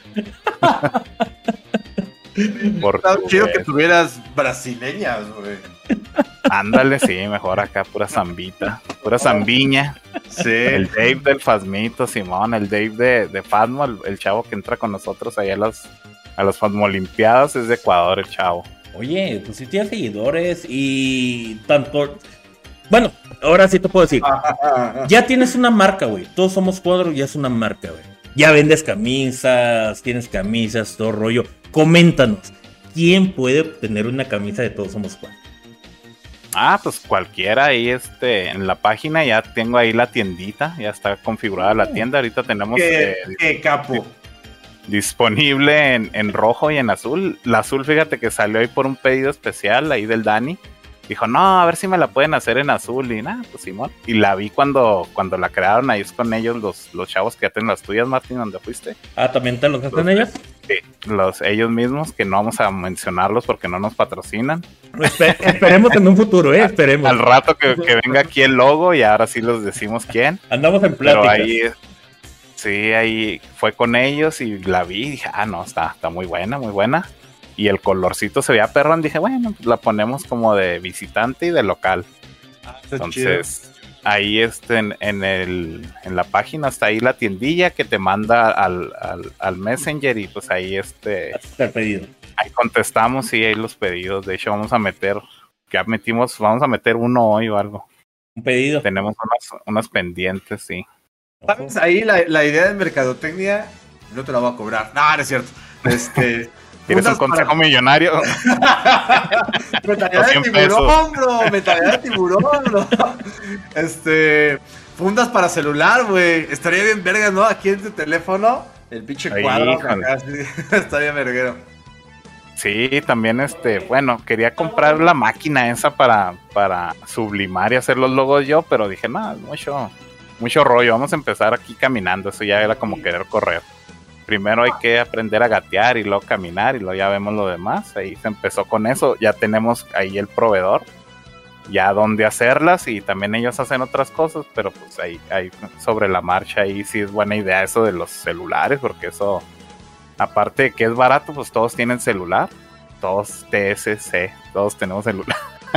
Está chido que Portugués. tuvieras brasileñas, güey. Ándale, sí, mejor acá, pura zambita, pura zambiña. Sí. El Dave del Fasmito, Simón, el Dave de, de Fasmo, el, el chavo que entra con nosotros allá a las, a las Fasmolimpiadas, es de Ecuador, el chavo. Oye, pues sí tienes seguidores y tanto... Bueno, ahora sí te puedo decir. Ya tienes una marca, güey. Todos somos cuadros, ya es una marca, güey. Ya vendes camisas, tienes camisas, todo rollo. Coméntanos, ¿quién puede obtener una camisa de Todos Somos Cuadros? Ah, pues cualquiera ahí, este, en la página ya tengo ahí la tiendita, ya está configurada la tienda. Ahorita tenemos Qué, eh, qué capo. disponible en, en rojo y en azul. La azul, fíjate que salió ahí por un pedido especial ahí del Dani. Dijo, no, a ver si me la pueden hacer en azul. Y nada, pues Simón. Y la vi cuando, cuando la crearon ahí es con ellos, los, los chavos que hacen las tuyas, Martín, donde fuiste. Ah, ¿también te los hacen ellos? Sí, los, ellos mismos, que no vamos a mencionarlos porque no nos patrocinan. Espe- esperemos en un futuro, ¿eh? Esperemos. Al rato que, que venga aquí el logo y ahora sí los decimos quién. Andamos en Pero pláticas. ahí, sí, ahí fue con ellos y la vi y dije, ah, no, está, está muy buena, muy buena. Y el colorcito se veía perrón, dije, bueno, pues la ponemos como de visitante y de local. Entonces, ahí este, en, en, el, en la página está ahí la tiendilla que te manda al, al, al Messenger y pues ahí este, Está pedido. ahí contestamos y ahí los pedidos. De hecho, vamos a meter, ya metimos, vamos a meter uno hoy o algo. Un pedido. Tenemos unas, unas pendientes, sí. ¿Sabes? Ahí la, la idea de mercadotecnia no te la voy a cobrar. No, no es cierto. Este, ¿Quieres un fundas para- consejo millonario? Mentalidad de cien tiburón, bro. Mentalidad de tiburón, bro. Este, fundas para celular, güey. Estaría bien verga, ¿no? Aquí en tu teléfono, el pinche Ay, cuadro. híjole. Acá, sí. Estaría verguero. Sí, también este, bueno, quería comprar la máquina esa para, para sublimar y hacer los logos yo, pero dije, no, mucho, mucho rollo, vamos a empezar aquí caminando, eso ya era como querer correr. Primero hay que aprender a gatear y luego caminar y luego ya vemos lo demás. Ahí se empezó con eso, ya tenemos ahí el proveedor, ya donde hacerlas y también ellos hacen otras cosas, pero pues ahí, ahí sobre la marcha ahí sí es buena idea eso de los celulares, porque eso, aparte de que es barato, pues todos tienen celular, todos T S C, todos tenemos celular.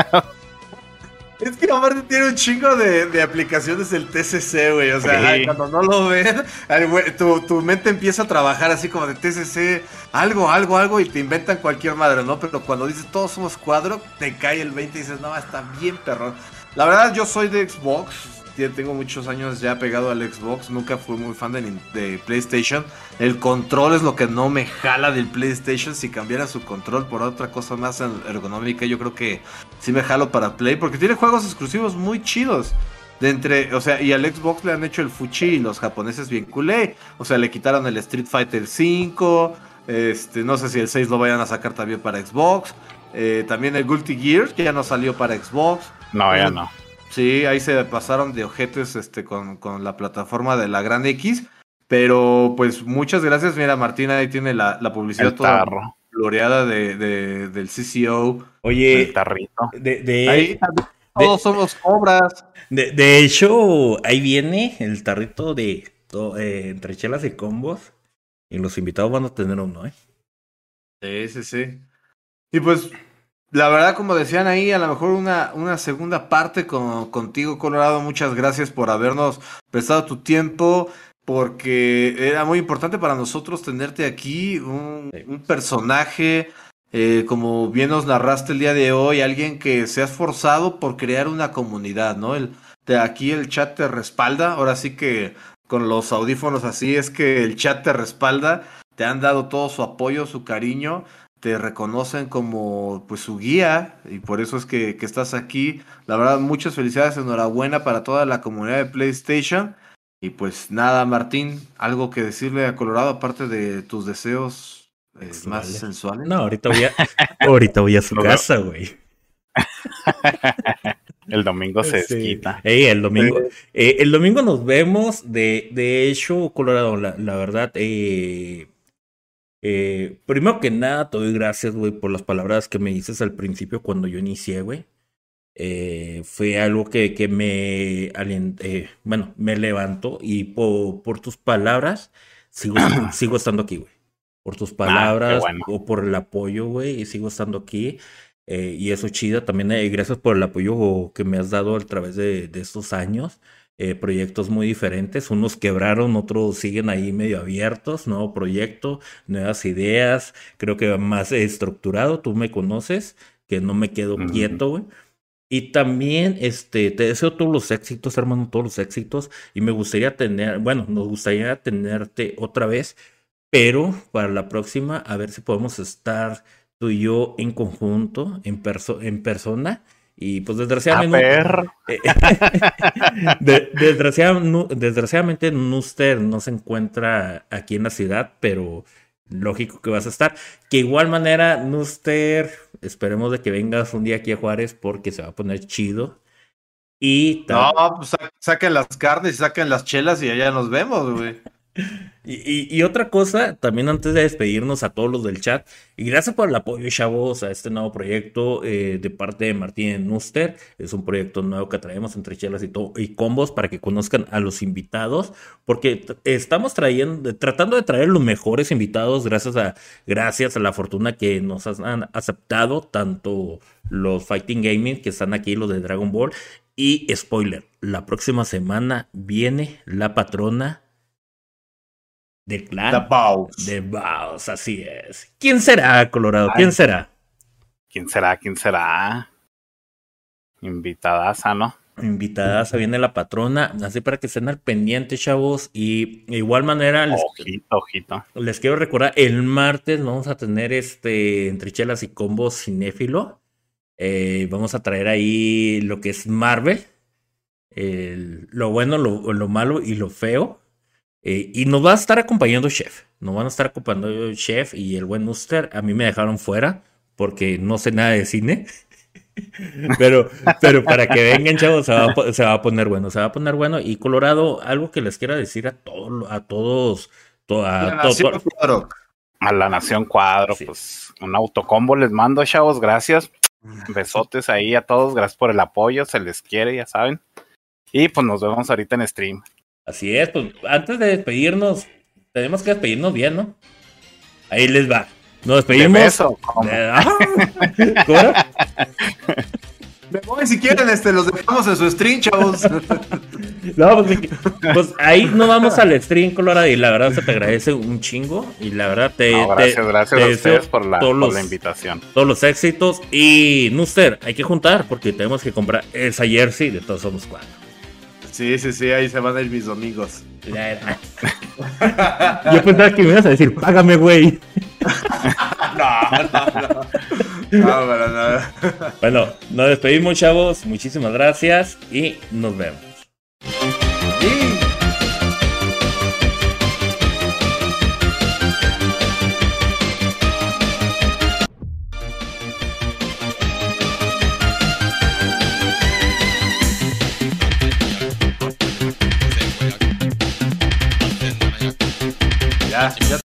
Es que aparte tiene un chingo de, de aplicaciones el T C C, güey. O sea, Sí. ay, cuando no lo ven, ay, güey, tu, tu mente empieza a trabajar así como de T C C, algo, algo, algo, y te inventan cualquier madre, ¿no? Pero cuando dices todos somos cuadro, te cae el veinte y dices, no, está bien perrón. La verdad, yo soy de Xbox, tengo muchos años ya pegado al Xbox, nunca fui muy fan de, de PlayStation. El control es lo que no me jala del PlayStation. Si cambiara su control por otra cosa más ergonómica, yo creo que sí me jalo para Play, porque tiene juegos exclusivos muy chidos. De entre, o sea, y al Xbox le han hecho el fuchi y los japoneses bien culé. O sea, le quitaron el Street Fighter cinco. Este, no sé si el seis lo vayan a sacar también para Xbox. Eh, también el Guilty Gear, que ya no salió para Xbox. No, ya no. Sí, ahí se pasaron de ojetes este, con, con la plataforma de la Gran X. Pero pues muchas gracias. Mira, Martina ahí tiene la, la publicidad El toda tarro, floreada de, de, del C C O. Oye, el tarrito. de, de, Ahí también todos somos cobras. de, de hecho, ahí viene el tarrito de to- eh, entre chelas y combos. Y los invitados van a tener uno, ¿eh? Sí, sí, sí. Y pues, la verdad, como decían ahí, a lo mejor una, una segunda parte con, contigo, Colorado. Muchas gracias por habernos prestado tu tiempo, porque era muy importante para nosotros tenerte aquí, un, un personaje, eh, como bien nos narraste el día de hoy, alguien que se ha esforzado por crear una comunidad, ¿no? El, de aquí el chat te respalda, ahora sí que con los audífonos así es que el chat te respalda, te han dado todo su apoyo, su cariño, te reconocen como pues su guía y por eso es que, que estás aquí. La verdad, muchas felicidades, enhorabuena para toda la comunidad de PlayStation. Y pues nada, Martín, algo que decirle a Colorado aparte de tus deseos eh, más sensuales. No, ahorita voy a, ahorita voy a su casa, güey. El domingo se Sí. desquita. Ey, el domingo, eh, el domingo nos vemos. De, de hecho, Colorado, la, la verdad, eh, eh, primero que nada, te doy gracias, güey, por las palabras que me dices al principio cuando yo inicié, güey. Eh, fue algo que, que me alient- eh, bueno, me levantó y po- por tus palabras sigo, sigo estando aquí, güey. Por tus palabras bueno. o por el apoyo, güey, y sigo estando aquí. Eh, y eso chido también, eh, gracias por el apoyo que me has dado a través de, de estos años. Eh, proyectos muy diferentes, unos quebraron, otros siguen ahí medio abiertos, nuevo proyecto, nuevas ideas, creo que más estructurado, tú me conoces, que no me quedo Ujú. quieto, güey. Y también, este, te deseo todos los éxitos, hermano, todos los éxitos. Y me gustaría tener, bueno, nos gustaría tenerte otra vez, pero para la próxima, a ver si podemos estar tú y yo en conjunto, en, perso- en persona. Y pues A desgraciadamente, ver. eh, de- desgraciadam- desgraciadamente, Nuster no se encuentra aquí en la ciudad, pero lógico que vas a estar. Que igual manera, Nuster, esperemos de que vengas un día aquí a Juárez porque se va a poner chido. Y, No, tam- pues sa- saquen las carnes y saquen las chelas y allá nos vemos, güey. y, y- y otra cosa, también antes de despedirnos a todos los del chat, y gracias por el apoyo, chavos, a este nuevo proyecto eh, de parte de Martín Nuster. Es un proyecto nuevo que traemos entre chelas y, to- y combos para que conozcan a los invitados, porque t- estamos trayendo, tratando de traer los mejores invitados gracias a, gracias a la fortuna que nos han aceptado tanto los Fighting Gaming que están aquí, los de Dragon Ball. Y spoiler, la próxima semana viene la patrona del The clan Bows. de Baos, así es. ¿Quién será, Colorado? ¿Quién Ay. será? ¿Quién será? ¿Quién será? Invitadaza, ¿no? Invitada, se viene la patrona, así para que estén al pendiente, chavos. Y de igual manera, les, Ojito, ojito. les quiero recordar, el martes vamos a tener este entre chelas y combos cinéfilo. Eh, vamos a traer ahí lo que es Marvel, el- lo bueno, lo, lo malo y lo feo. Eh, y nos va a estar acompañando Chef. Nos van a estar acompañando Chef y el buen Nuster. A mí me dejaron fuera porque no sé nada de cine. Pero, pero para que vengan, chavos, se va, a, po- se va a poner bueno. Se va a poner bueno. Y Colorado, algo que les quiera decir a todos, a todos, to- a La to- Nación to- Cuadro. A la Nación Cuadro, Sí. pues un autocombo les mando, chavos, gracias. Besotes ahí a todos, gracias por el apoyo, se les quiere, ya saben. Y pues nos vemos ahorita en stream. Así es, pues antes de despedirnos, tenemos que despedirnos bien, ¿no? Ahí les va. Nos De despedimos. beso, ¿cómo? De- ah, ¿cómo era? Me voy, si quieren, este, los dejamos en su stream, chavos. No, pues, pues ahí no vamos al stream, Colorado, y la verdad se te agradece un chingo. Y la verdad te. No, gracias, te- gracias te a deseo ustedes por la, todos por los- la invitación. Todos los éxitos. Y Nuster, hay que juntar porque tenemos que comprar esa jersey de Todos Somos Cuatro. Sí, sí, sí, ahí se van a ir mis domingos. Ya era. Yo pensaba que me ibas a decir, págame, güey. No, no, no. No, para nada. Bueno, nos despedimos, chavos. Muchísimas gracias y nos vemos. Sí. Ya, ya